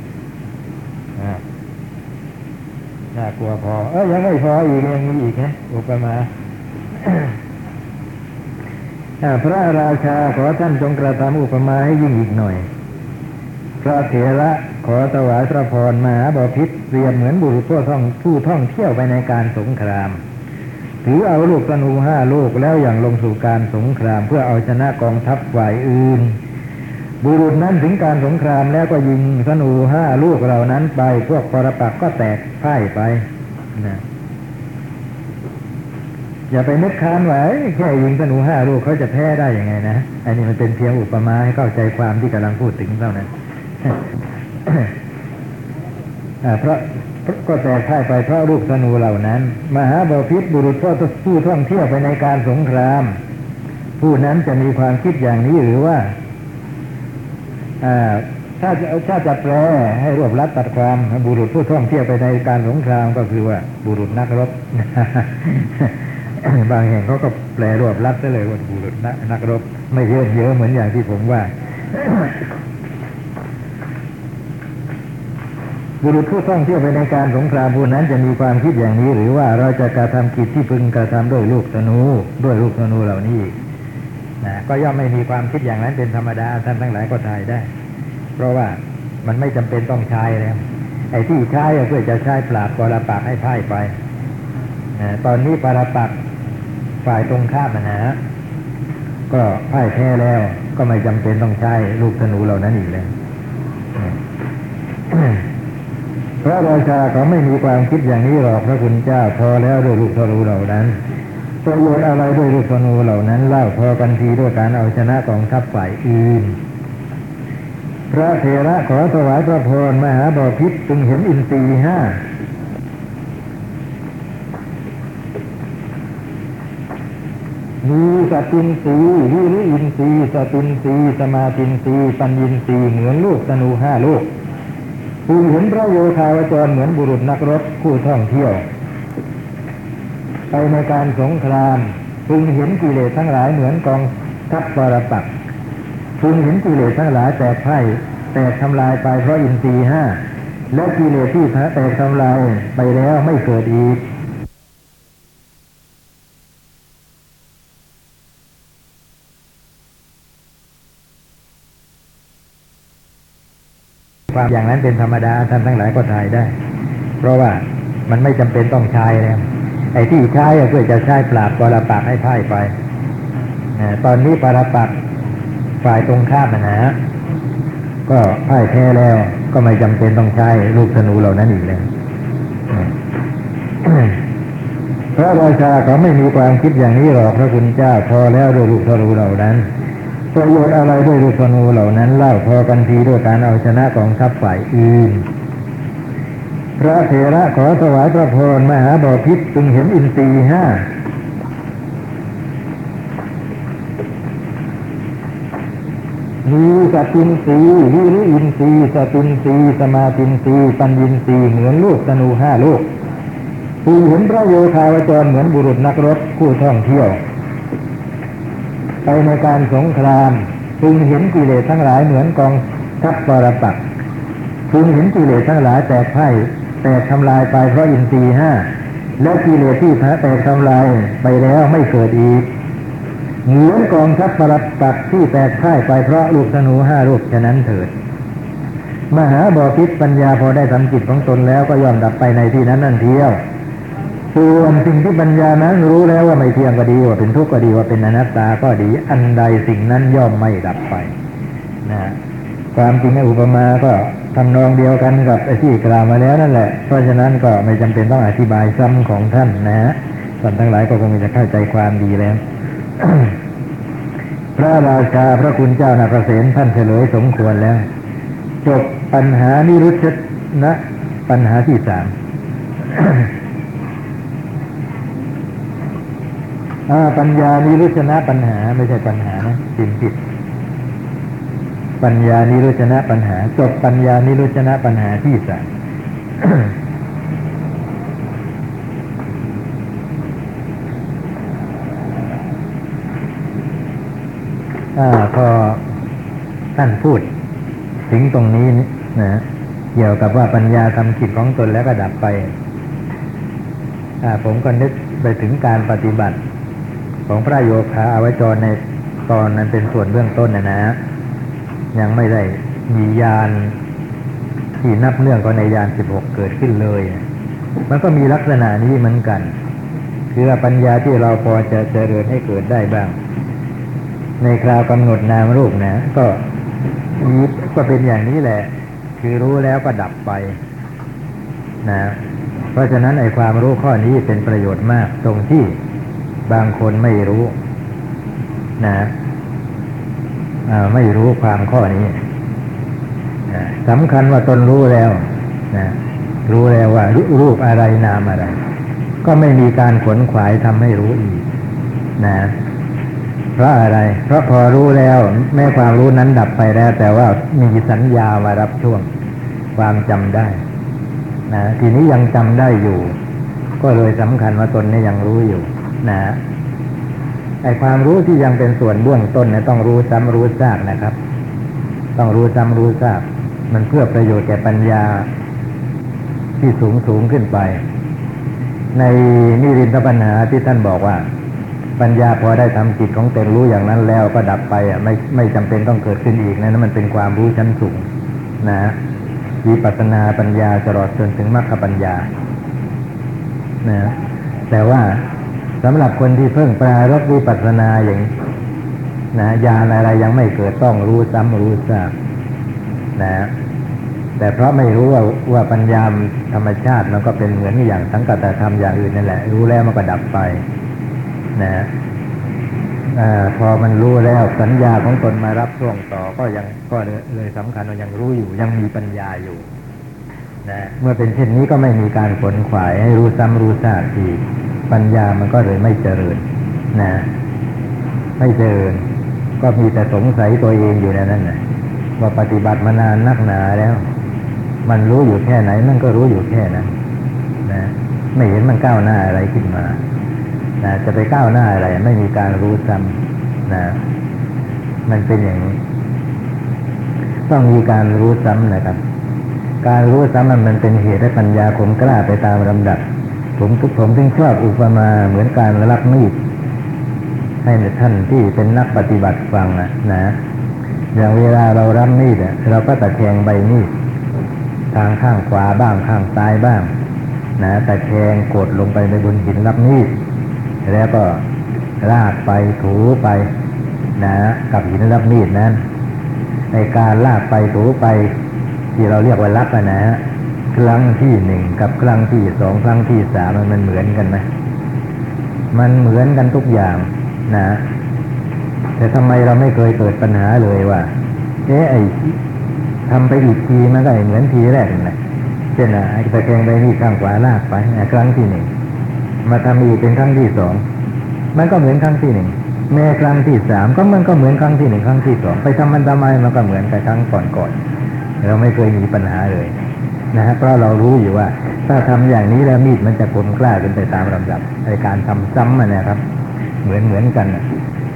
น่ากลัวพอยังไม่พออีกยังมีอีกนะอุปมาพระราชาขอท่านจงกระทำอุปมาให้ยิ่งอีกหน่อยพระเถระขอถวายพระพรมหาบพิตรเปรียบเหมือนบุรุษผู้ท่องเที่ยวไปในการสงครามถือเอาลูกธนู5 ลูกแล้วอย่างลงสู่การสงครามเพื่อเอาชนะกองทัพฝ่ายอื่นบุรุษนั้นถึงการสงครามแล้วก็ยิงธนู5 ลูกเหล่านั้นไปพวกปรปักษ์ก็แตกพ่ายไปนะอย่าไปนึกค้านว่าแค่ยิงธนู5 ลูกเขาจะแพ้ได้ยังไงนะอันนี้มันเป็นเพียงอุปมาให้เข้าใจความที่กำลังพูดถึงเท่านั้น เพราะก็แตกพ่ายไปเพราะลูกธนูเหล่านั้นมหาบพิตรบุรุษผู้ท่องเที่ยวไปในการสงครามผู้นั้นจะมีความคิดอย่างนี้หรือว่าถ้าจะแปลให้รวบรัดตัดความบุรุษผู้ท่องเที่ยวไปในการสงครามก็คือว่าบุรุษนักรบ บางแห่งเขาก็แปลรวบรัดได้เลยว่าบุรุษนักรบไม่เยอะเหมือนอย่างที่ผมว่า บุรุษผู้ท่องเที่ยวไปในการสงครามผู้นั้นจะมีความคิดอย่างนี้หรือว่าเราจะกระทำกิจที่พึงกระทำด้วยลูกธนูเหล่านี้นะก็ย่อมไม่มีความคิดอย่างนั้นเป็นธรรมดาท่านทั้งหลายก็ทายได้เพราะว่ามันไม่จำเป็นต้องใช้แล้วไอ้ที่ใช้เพื่อจะใช้ปราบปรปักษ์ให้พ่ายไปตอนนี้ปรปักษ์ฝ่ายตรงข้ามนะก็พ่ายแพ้แล้วก็ไม่จำเป็นต้องใช้ลูกธนูเหล่านั้นอีกแล้วพระราชาเขาไม่มีความคิดอย่างนี้หรอกพระคุณเจ้าพอแล้วด้วยลูกธนูเหล่านั้นประโยชน์อะไรด้วยลูกธนูเหล่านั้นเล่าพอกันทีด้วยการเอาชนะกองทัพฝ่ายอื่นพระเถระขอถวายพระพรมหาบพิตรจึงเห็นอินทรีย์ห้ามีสตินทรีย์วิริยินทรีย์สตินทรีย์สมาธินทรีย์ปัญญินทรีย์เหมือนลูกธนู5 ลูกพึงเห็นพระโยคาวจรเหมือนบุรุษนักรบผู้ท่องเที่ยวไปในการสงครามพึงเห็นกิเลสทั้งหลายเหมือนกองทัพปรปักษ์พึงเห็นกิเลสทั้งหลายแตกพ่ายแตกทำลายไปเพราะอินทรีย์5และกิเลสที่แตกทำลายไปแล้วไม่เกิดอีกความอย่างนั้นเป็นธรรมดาท่านทั้งหลายก็ทายได้เพราะว่ามันไม่จำเป็นต้องใช้แล้วไอ้ที่ใช้เพื่อจะใช้ปราบปรปักษ์ให้พ่ายไปตอนนี้ปรปักษ์ฝ่ายตรงข้ามนะก็พ่ายแพ้แล้วก็ไม่จำเป็นต้องใช้ลูกธนูเหล่านั้นอีกแล้วพระราชาเขาไม่มีความคิดอย่างนี้หรอกพระคุณเจ้าพอแล้วด้วยลูกธนูเหล่านั้นประโยชน์อะไรด้วยลูกธนูเหล่านั้นเล่าพอกันทีด้วยการเอาชนะกองทัพฝ่ายอื่นพระเถระขอถวายพระพรมหาบพิตรจึงเห็นอินทรีย์5มีสตินทรีย์วิริยินทรีย์สตินทรีย์สมาธินทรีย์ปัญญินทรีย์เหมือนลูกธนู5 ลูกพึงเห็นพระโยคาวจรเหมือนบุรุษนักรบผู้ท่องเที่ยวไปในการสงครามพึงเห็นกิเลสทั้งหลายเหมือนกองทัพปรปักษ์พึงเห็นกิเลสทั้งหลายแตกพ่ายแตกทำลายไปเพราะอินทรีย์5และกิเลสที่แตกทำลายไปแล้วไม่เกิดอีกเหมือนกองทัพปรปักษ์ที่แตกพ่ายไปเพราะลูกธนู5 ลูกฉะนั้นเถิดมหาบพิตรปัญญาพอได้ทำกิจของตนแล้วก็ย่อมดับไปในที่นั้นนั่นเทียวส่วนสิ่งที่ปัญญานั้นรู้แล้วว่าไม่เที่ยงก็ดีว่าเป็นทุกข์ก็ดีว่าเป็นอนัตตาก็ดีอันใดสิ่งนั้นย่อมไม่ดับไปนะความจริงในอุปมาก็ทำนองเดียวกันกับที่กล่าวมาแล้วนั่นแหละเพราะฉะนั้นก็ไม่จำเป็นต้องอธิบายซ้ำของท่านนะฮะท่านทั้งหลายก็คงจะเข้าใจความดีแล้ว พระราชาพระคุณเจ้านาคเสนท่านเฉลยสมควรแล้วจบปัญหานิรุชนะปัญหาที่ 3ปัญญานิรุชนะปัญหาไม่ใช่ปัญหานะผิดปัญญานิรุชนะปัญหาจบปัญญานิรุชนะปัญหาที่ 3พอท่านพูดถึงตรงนี้นะเกี่ยวกับว่าปัญญาทำกิจของตนแล้วก็ดับไปผมก็นึกไปถึงการปฏิบัติของพระโยคาอวจรในตอนนั้นเป็นส่วนเบื้องต้นนะยังไม่ได้มีญาณที่นับเนื่องก็ในญาณ16เกิดขึ้นเลยมันก็มีลักษณะนี้เหมือนกันคือปัญญาที่เราพอจะเจริญให้เกิดได้บ้างในคราวกำหนดนามรูปนะก็เป็นอย่างนี้แหละคือรู้แล้วก็ดับไปนะเพราะฉะนั้นไอ้ความรู้ข้อนี้เป็นประโยชน์มากตรงที่บางคนไม่รู้นะไม่รู้ความข้อนี้สำคัญว่าตนรู้แล้วนะรู้แล้วว่ารูปอะไรนามอะไรก็ไม่มีการขวนขวายทำให้รู้อีกนะเพราะอะไรเพราะพอรู้แล้วแม้ความรู้นั้นดับไปแล้วแต่ว่ามีสัญญามารับช่วงความจำได้นะทีนี้ยังจำได้อยู่ก็เลยสำคัญว่าตนนี้ยังรู้อยู่นะไอ้ความรู้ที่ยังเป็นส่วนเบื้องต้นเนี่ยต้องรู้ซ้ำรู้ซากนะครับต้องรู้ซ้ำรู้ซากมันเพื่อประโยชน์แก่ปัญญาที่สูงขึ้นไปในนิรินทปัญหาที่ท่านบอกว่าปัญญาพอได้ทำจิตของตนรู้อย่างนั้นแล้วก็ดับไปไม่จำเป็นต้องเกิดขึ้นอีกนะนั่นมันเป็นความรู้ชั้นสูงนะวิปัสสนาปัญญาตลอดจนถึงมรรคปัญญานะแต่ว่าสำหรับคนที่เพิ่งปรารภวิปัสสนาอย่างนะญาณอะไรยังไม่เกิดต้องรู้ซ้ำรู้ซากนะแต่เพราะไม่รู้ว่าปัญญาธรรมชาติมันก็เป็นเหมือนอย่างสังกัตธรรมอย่างอื่นนั่นแหละรู้แล้วมันก็ดับไปนะพอมันรู้แล้วสัญญาของตนมารับช่วงต่อก็เลยสำคัญว่ายังรู้อยู่ยังมีปัญญาอยู่นะเมื่อเป็นเช่นนี้ก็ไม่มีการขวนขวายให้รู้ซ้ำรู้ซากทีปัญญามันก็เลยไม่เจริญนะไม่เจริญก็มีแต่สงสัยตัวเองอยู่ในนั้นนะว่าปฏิบัติมานานนักหนาแล้วมันรู้อยู่แค่ไหนมันก็รู้อยู่แค่นั้นนะไม่เห็นมันก้าวหน้าอะไรขึ้นมานะจะไปก้าวหน้าอะไรไม่มีการรู้ซ้ำนะมันเป็นอย่างนี้ต้องมีการรู้ซ้ำนะครับการรู้ซ้ำมันเป็นเหตุให้ปัญญาคมกล้าไปตามลำดับผมถึงชอบอุปมาเหมือนการรับมีดให้ท่านที่เป็นนักปฏิบัติฟังนะอย่างเวลาเรารับมีดเราก็ตะแคงใบมีดทางข้างขวาบ้างข้างซ้ายบ้างนะตะแคงกดลงไปในบนหินรับมีดแล้วก็ลากไปถูไปนะกับหินรับมีดนั้นในการลากไปถูไปที่เราเรียกว่ารับนะครั้งที่หนึ่งกับครั้งที่สองครั้งที่สามมันเหมือนกันไหมมันเหมือนกันทุกอย่างนะแต่ทำไมเราไม่เคยเกิดปัญหาเลยว่าไอ้ทำไปอีกทีมันก็เหมือนทีแรกนะเช่นไอ้ตะแคงไปนี่ข้างขวาลากไปครั้งที่หนึ่งมาทำอีกเป็นครั้งที่สองมันก็เหมือนครั้งที่หนึ่งแม้ครั้งที่สามก็มันก็เหมือนครั้งที่หนึ่งครั้งที่สองไปทำมันทำไมมันก็เหมือนกับครั้งก่อนเราไม่เคยมีปัญหาเลยนะฮะเพราะเรารู้อยู่ว่าถ้าทำอย่างนี้แล้วมีดมันจะคมกล้าขึ้นไปตามลำดับในการทำซ้ำนะครับเหมือนกันนะ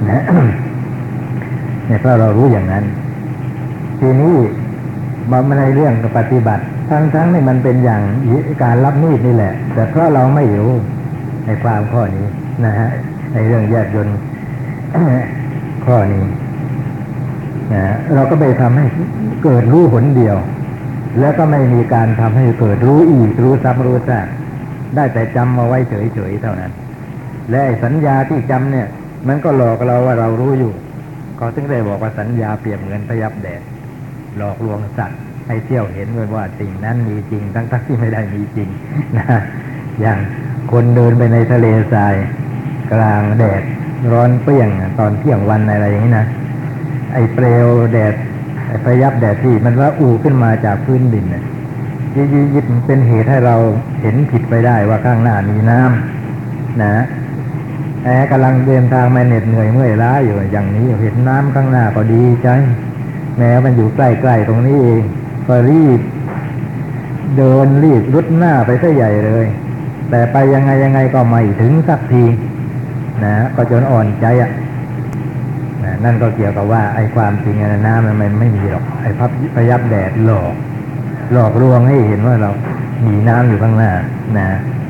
เนี่ยเพราะเรารู้อย่างนั้นทีนี้มาในเรื่องปฏิบัติทั้งนี่มันเป็นอย่างการรับมีดนี่แหละแต่เพราะเราไม่รู้ในความข้อนี้นะฮะในเรื่องแยกยนต์ ข้อนี้นะเราก็ไปทำให้เกิดรู้หนเดียวแล้วก็ไม่มีการทำให้เกิดรู้อีกรู้ซ้ำรู้ซากได้แต่จำมาไว้เฉยๆเท่านั้นและสัญญาที่จำเนี่ยมันก็หลอกเราว่าเรารู้อยู่เขาถึงได้บอกว่าสัญญาเปรียบเหมือนพยับแดดหลอกลวงสัตว์ให้เที่ยวเห็นว่าสิ่งนั้นมีจริงทั้งที่ไม่ได้มีจริงนะอย่างคนเดินไปในทะเลทรายกลางแดดร้อนเปรี้ยงตอนเที่ยงวันอะไรอย่างนี้นะไอ้เปลวแดดไอ้พยับแดดที่มันว่าอูขึ้นมาจากพื้นดินยิบเป็นเหตุให้เราเห็นผิดไปได้ว่าข้างหน้ามีน้ำนะกำลังเดินทางมาเหน็ดเหนื่อยเมื่อยล้าอยู่อย่างนี้เห็นน้ำข้างหน้าก็ดีใจแม้มันอยู่ใกล้ๆตรงนี้เองก็รีบเดินรีบรุดหน้าไปซะใหญ่เลยแต่ไปยังไงก็ไม่ถึงสักทีนะก็จนอ่อนใจนั่นก็เกี่ยวกับว่าไอ้ความจริงน้ำมันไม่มีหรอกไอ้พยับแดดหลอกลวงให้เห็นว่าเรามีน้ำอยู่ข้างหน้านะ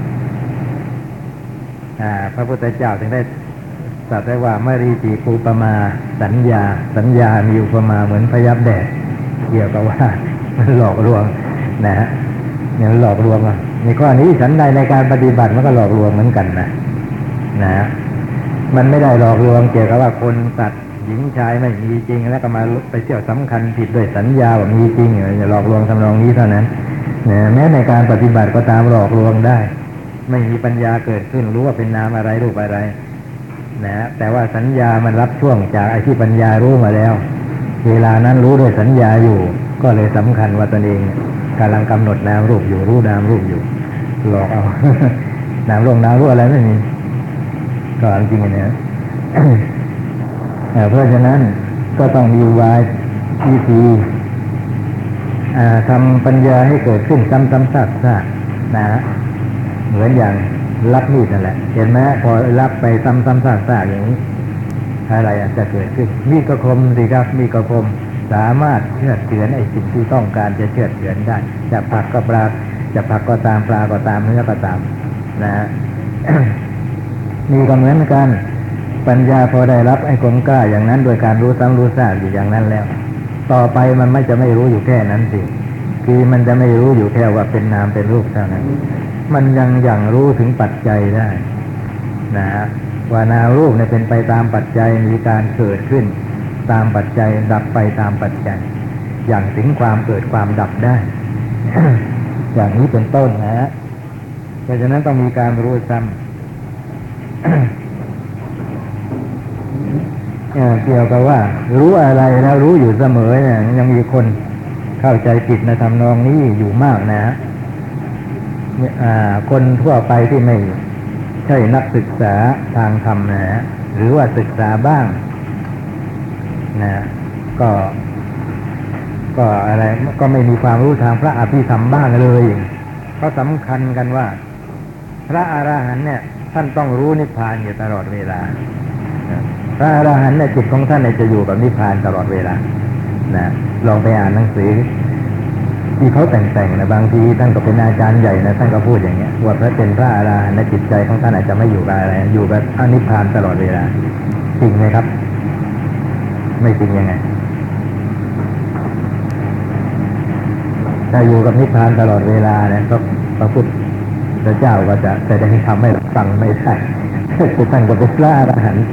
พระพุทธเจ้าถึงได้ตรัสไว้ว่ามรีติปูปมาสัญญามีอุปมาเหมือนพยับแดดเกี่ยวกับว่ามันหลอกลวงนะฮะเนี่ยหลอกลวงในข้อนี้ฉันใดในการปฏิบัติมันก็หลอกลวงเหมือนกันนะมันไม่ได้หลอกลวงเกี่ยวกับว่าคนสัตว์หญิงชายไม่มีจริงแล้วก็มาไปเที่ยวสำคัญผิดด้วยสัญญาว่ามีจริงอย่าหลอกลวงทำนองนี้เท่านั้นแม้ในการปฏิบัติก็ตามหลอกลวงได้ไม่มีปัญญาเกิดขึ้นรู้ว่าเป็นนามอะไรรูปอะไรนะแต่ว่าสัญญามันรับช่วงจากไอ้ที่ปัญญารู้มาแล้วเวลานั้นรู้ด้วยสัญญาอยู่ก็เลยสำคัญว่าตนเองกำลังกำหนดนามรูปอยู่รู้นามรูปอยู่หลอกเอา นามรูปอะไรไม่มีก็จริงๆเนี่ย เพราะฉะนั้นก็ต้องมีวายวิธีทำปัญญาให้เกิดขึ้นซ้ำๆซากๆนะเหมือนอย่างรับมีดนั่นแหละเห็นไหมพอรับไปซ้ำๆซากๆอย่างนี้อะไรจะเกิดขึ้นมีดก็คมสิครับมีดก็คมสามารถเชือดเฉือนไอ้สิ่งที่ต้องการจะเชือดเฉือนได้จะผักก็ปลาจะผักก็ตามปลาก็ตามเนื้อก็ตามนะ มีก็เหมือนกันปัญญาพอได้รับไอ้ความกล้าอย่างนั้นโดยการรู้ซ้ำรู้ซากอยู่อย่างนั้นแล้วต่อไปมันไม่จะไม่รู้อยู่แค่นั้นสิคือมันจะไม่รู้อยู่แค่ว่าเป็นนามเป็นรูปเท่านั้นมันยังรู้ถึงปัจจัยได้นะฮะว่านามรูปเนี่ยเป็นไปตามปัจจัยมีการเกิดขึ้นตามปัจจัยดับไปตามปัจจัยอย่างถึงความเกิดความดับได้ อย่างนี้เป็นต้นนะฮะเพราะฉะนั้นต้องมีการรู้ซ้ำ เกี่ยวกับว่ารู้อะไรแล้วรู้อยู่เสมอเนี่ยยังมีคนเข้าใจผิดในทำนองนี้อยู่มากนะฮะคนทั่วไปที่ไม่ใช่นักศึกษาทางธรรมนะฮะหรือว่าศึกษาบ้างนะก็อะไรก็ไม่มีความรู้ทางพระอภิธรรมบ้างเลยเขาสำคัญกันว่าพระอรหันต์เนี่ยท่านต้องรู้นิพพานอยู่ตลอดเวลาพระอรหันต์เนี่ยจิตของท่านเนี่ยจะอยู่กับนิพพานตลอดเวลานะลองไปอ่านหนังสือที่เขาแต่งนะบางทีท่านก็เป็นอาจารย์ใหญ่นะท่านก็พูดอย่างเงี้ยว่าพระเป็นพระอรหันต์ในจิตใจของท่านอาจจะไม่อยู่กับอะไรอยู่กับนิพพานตลอดเวลาจริงไหมครับไม่จริงยังไงถ้าอยู่กับนิพพานตลอดเวลาเนี่ยก็พระพุทธเจ้าก็จะแสดงธรรมให้เราฟังไม่ได้คือท่านก็เป็นพระอรหันต์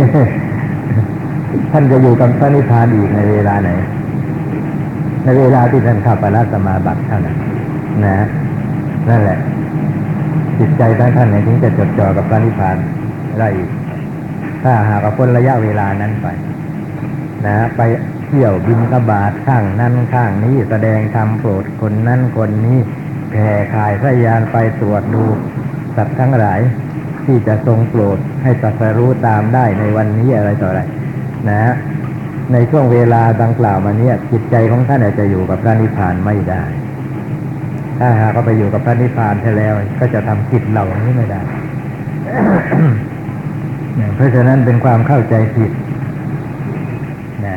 ท่านจะอยู่กับพระนิพพานอีกในเวลาไหนในเวลาที่ท่านเข้าไปละสมาบัติเท่านั้นนะนั่นแหละจิตใจท่านเนี่ยถึงจะจดจ่อกับพระนิพพานได้อีกถ้าหากพ้นระยะเวลานั้นไปนะไปเที่ยวบิณฑบาตข้างนั้นข้างนี้แสดงธรรมโปรดคนนั้นคนนี้แผ่ข่ายพระยานไปตรวจดูสัตว์ทั้งหลายที่จะทรงโปรดให้ตรัสรู้ตามได้ในวันนี้อะไรต่ออะไรนะในช่วงเวลาดังกล่าวมาเนี่ยจิตใจของท่านอาจจะอยู่กับพระนิพพานไม่ได้ถ้าหากเขาไปอยู่กับพระนิพพานแล้วก็จะทำจิตเหล่านี้ไม่ได้ เพราะฉะนั้นเป็นความเข้าใจผิดนะ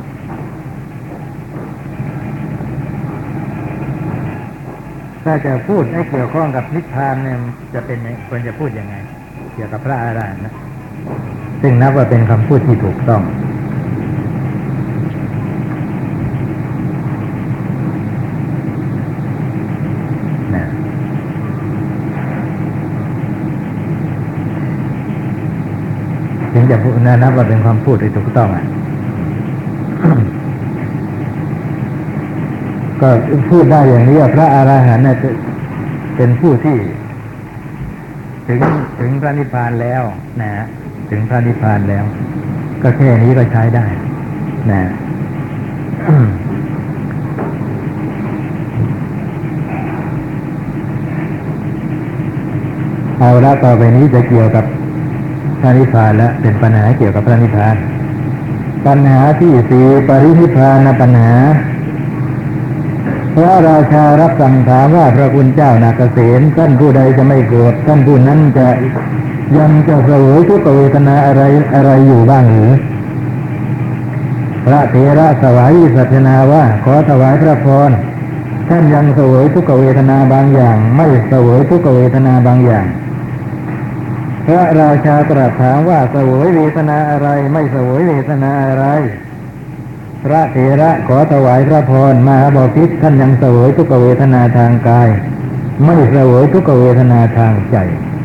ถ้าจะพูดให้เกี่ยวข้องกับนิพพานเนี่ยจะเป็นควรจะพูดยังไงเกี่ยวกับพระอรหันต์นะซึ่งนับว่าเป็นคำพูดที่ถูกต้องนะถึงจะพูดนับว่าเป็นคำพูดที่ถูกต้องอ่ะ ก็พูดได้อย่างนี้ว่าพระอรหันต์จะเป็นผู้ที่ถึงพระนิพพานแล้วนะถึงพระนิพพานแล้วก็แค่นี้ก็ใช้ได้นะเอาละต่อไปนี้จะเกี่ยวกับพระนิพพานแล้วเป็นปัญหาเกี่ยวกับพระนิพพานปัญหาที่สี่ปรินิพพานปัญหาพระราชารับสั่งถามว่าพระคุณเจ้านาเกษมท่านผู้ใดจะไม่เกิดท่านผู้นั้นจะยังจะเสวยทุกขเวทนาอะไรอยู่บ้างหรือพระเถระถวายสัชนาว่าขอถวายพระพรท่านยังเสวยทุกขเวทนาบางอย่างไม่เสวยทุกขเวทนาบางอย่างพระราชาตรัสถามว่าเสวยเวทนาอะไรไม่เสวยเวทนาอะไรพระเถระขอถวายพระพรมหาบพิตรท่านยังเสวยทุกขเวทนาทางกายไม่เสวยทุกขเวทนาทางใจ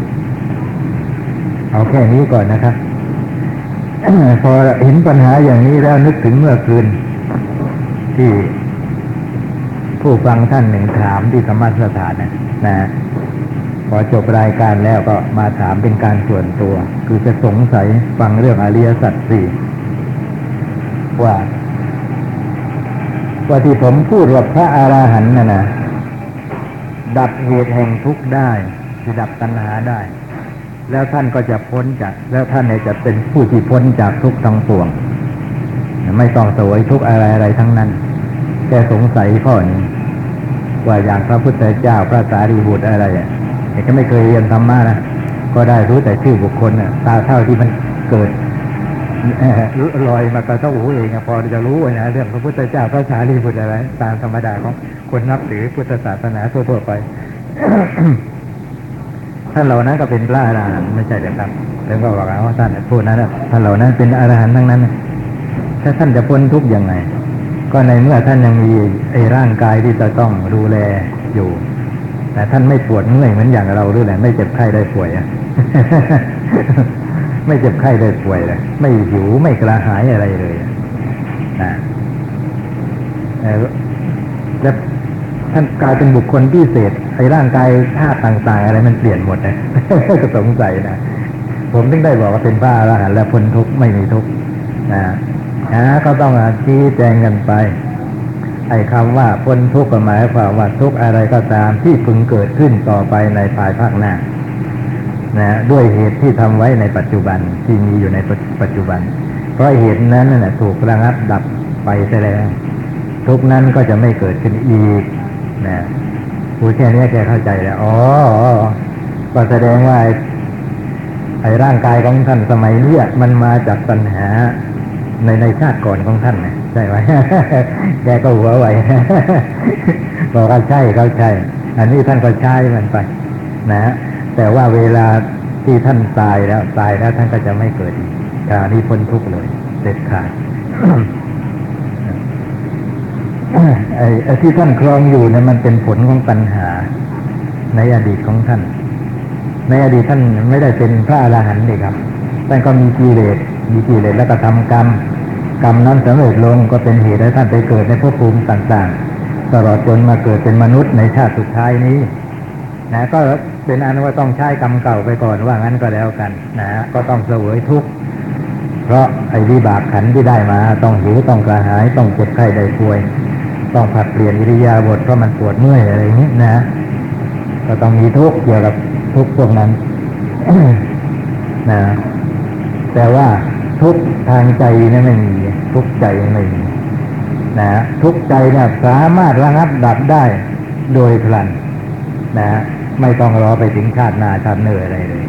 เอาแค่นี้ก่อนนะครับ พอเห็นปัญหาอย่างนี้แล้วนึกถึงเมื่อคืนที่ผู้ฟังท่านหนึ่งถามที่ธรรมสถานนะพอจบรายการแล้วก็มาถามเป็นการส่วนตัวคือจะสงสัยฟังเรื่องอริยสัจสี่ว่าที่ผมพูดว่าพระอรหันต์น่ะนะดับเหตุแห่งทุกข์ได้คือดับตัณหาได้แล้วท่านก็จะพ้นจากแล้วท่านเนี่ยจะเป็นผู้ที่พ้นจากทุกข์ทั้งปวงไม่ต้องเสวยทุกข์อะไรทั้งนั้นแค่สงสัยข้อนี้ว่าอย่างพระพุทธเจ้าพระสารีบุตรอะไรแต่ก็ไม่เคยเรียนธรรมะนะก็ได้รู้แต่ชื่อบุคคลน่ะตาเท่าที่มันเกิดลอยมากระทบหูเองพอจะรู้นะเรื่องพระพุทธเจ้าพระสารีบุตรอะไรตามธรรมดาของคนนับถือพุทธศาสนาทั่วไป ท่านเหล่านั้นก็เป็นพระอรหันต์ไม่ใช่หรือครับแล้วก็บอกว่าท่านพูดนั้นท่านเหล่านั้นเป็นอรหันต์ทั้งนั้นถ้าท่านจะพ้นทุกข์ยังไงก็ในเมื่อท่านยังมีไอ้ร่างกายที่จะต้องดูแลอยู่แต่ท่านไม่ปวดเมื่อยเหมือนอย่างเราหรือไงไม่เจ็บไข้ได้ป่วยไม่เจ็บไข้ได้ป่วยเลยไม่หิวไม่กระหายอะไรเลยนะแล้วท่านกลายเป็นบุคคลพิเศษไอ้ร่างกายธาตุต่างๆอะไรมันเปลี่ยนหมดนะก็สงสัยนะผมถึงได้บอกว่าเป็นพระอรหันต์และพ้นทุกข์ไม่มีทุกข์ก็ต้องชี้แจงกันไปไอ้คำว่าพ้นทุกข์ก็หมายความว่าทุกข์อะไรก็ตามที่พึงเกิดขึ้นต่อไปในภายภาคหน้าด้วยเหตุที่ทำไว้ในปัจจุบันที่มีอยู่ในปัจจุบันเพราะเหตุนั้นน่ะถูกระงับดับไปซะแล้วทุกข์นั้นก็จะไม่เกิดขึ้นอีกพูดแค่นี้แกเข้าใจแล้วก็แสดงว่าไอ้ร่างกายของท่านสมัยนี้มันมาจากปัญหาในชาติก่อนของท่านนะใช่ไหม แกก็หัวไว บอกว่าใช่เขาใช่อันนี้ท่านก็ใช้มันไปแต่ว่าเวลาที่ท่านตายแล้วท่านก็จะไม่เกิดอีกอันนี้พ้นทุกข์เลยเด็ดขาด ไอ้ที่ท่านครองอยู่เนี่ยมันเป็นผลของปัญหาในอดีตของท่านในอดีตท่านไม่ได้เป็นพระอรหันต์นี่ครับท่านก็มีกิเลสแล้วก็ทำกรรมนั้นสำเร็จลงก็เป็นเหตุให้ท่านไปเกิดในภพภูมิต่างๆตลอดจนมาเกิดเป็นมนุษย์ในชาติสุดท้ายนี้ก็เป็นอันว่าต้องใช้กรรมเก่าไปก่อนว่างั้นก็แล้วกันก็ต้องเสวยทุกข์เพราะไอ้วิบากขันธ์ที่ได้มาต้องหิวต้องกระหายต้องเจ็บไข้ได้ป่วยต้องผัดเปลี่ยนอิริยาบถเพราะมันปวดเมื่อยอะไรอย่างนี้ก็ต้องมีทุกข์เกี่ยวกับทุกข์พวกนั้น แต่ว่าทุกข์ทางใจนี่ไม่มีทุกข์ใจไม่มีทุกข์ใจเนี่ยสามารถระงับดับได้โดยพลันไม่ต้องรอไปถึงชาติหน้าชาติเนื้ออะไรเลย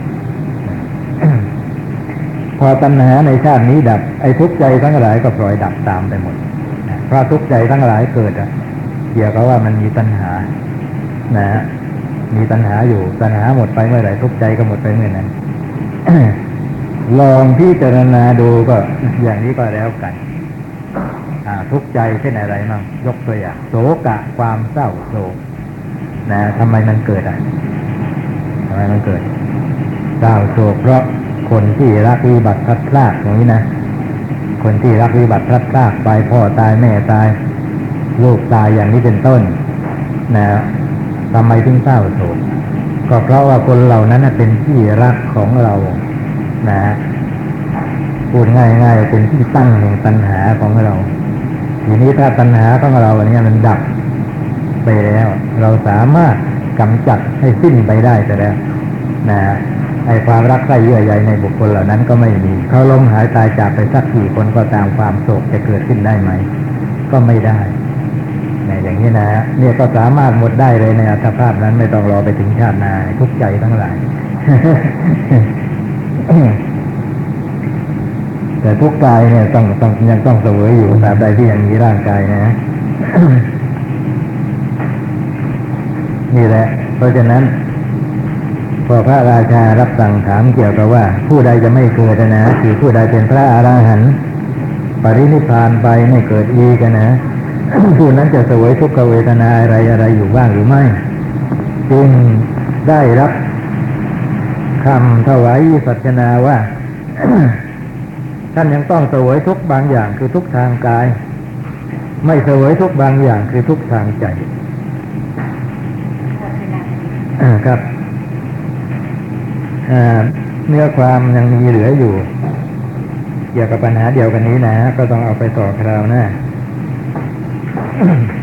พอตัณหาในชาตินี้ดับไอ้ทุกข์ใจทั้งหลายก็ปล่อยดับตามไปหมดเพราะทุกข์ใจทั้งหลายเกิดเกี่ยวกับว่ามันมีตัณหามีตัณหาอยู่ตัณหาหมดไปเมื่อไหร่ทุกข์ใจก็หมดไปเมื่อนั้น ลองพิจารณาดูก็อย่างนี้ก็แล้วกันทุกข์ใจเช่นอะไรมั่งยกตัวอย่างโศกะความเศร้าโศกทำไมมันเกิดทำไมมันเกิดเศร้าโศกเพราะคนที่รักวิบัติพลัดพรากอย่างนี้นะคนที่รักวิบัติพลัดพรากไปพ่อตายแม่ตายลูกตายอย่างนี้เป็นต้นทำไมถึงเศร้าโศกก็เพราะว่าคนเหล่านั้นเป็นที่รักของเราพูดง่ายๆเป็นที่ตั้งแห่งตัณหาของเราทีนี้ถ้าตัณหาของเราเนี่ยมันดับไปแล้วเราสามารถกำจัดให้สิ้นไปได้แต่แล้วไอ้ความรักใคร่เยื่อใยในบุคคลเหล่านั้นก็ไม่มีเขาล้มหายตายจากไปสักกี่คนก็ตามความโศกจะเกิดขึ้นได้ไหมก็ไม่ได้อย่างนี้เนี่ยก็สามารถหมดได้เลยในอัตภาพนั้นไม่ต้องรอไปถึงชาติหน้าทุกข์ใจทั้งหลาย แต่ทุกข์กายเนี่ยต้องยังต้องเสวยอยู่ตราบใดที่ยังมีร่างกายนะ นี่แหละเพราะฉะนั้นพอพระราชารับสั่งถามเกี่ยวกับว่าผู้ใดจะไม่เกิดคือผู้ใดเป็นพระอรหันต์ปรินิพพานไปไม่เกิดอีกผู้นั้นจะเสวยทุกขเวทนาอะไรอยู่บ้างหรือไม่จึงได้รับคำถวายวิสัชนาว่า ท่านยังต้องเสวยทุกบางอย่างคือทุกทางกายไม่เสวยทุกบางอย่างคือทุกทางใจครับเนื้อความยังมีเหลืออยู่เกี่ยวกับปัญหาเดียวกันนี้ก็ต้องเอาไปต่อคราวหน้า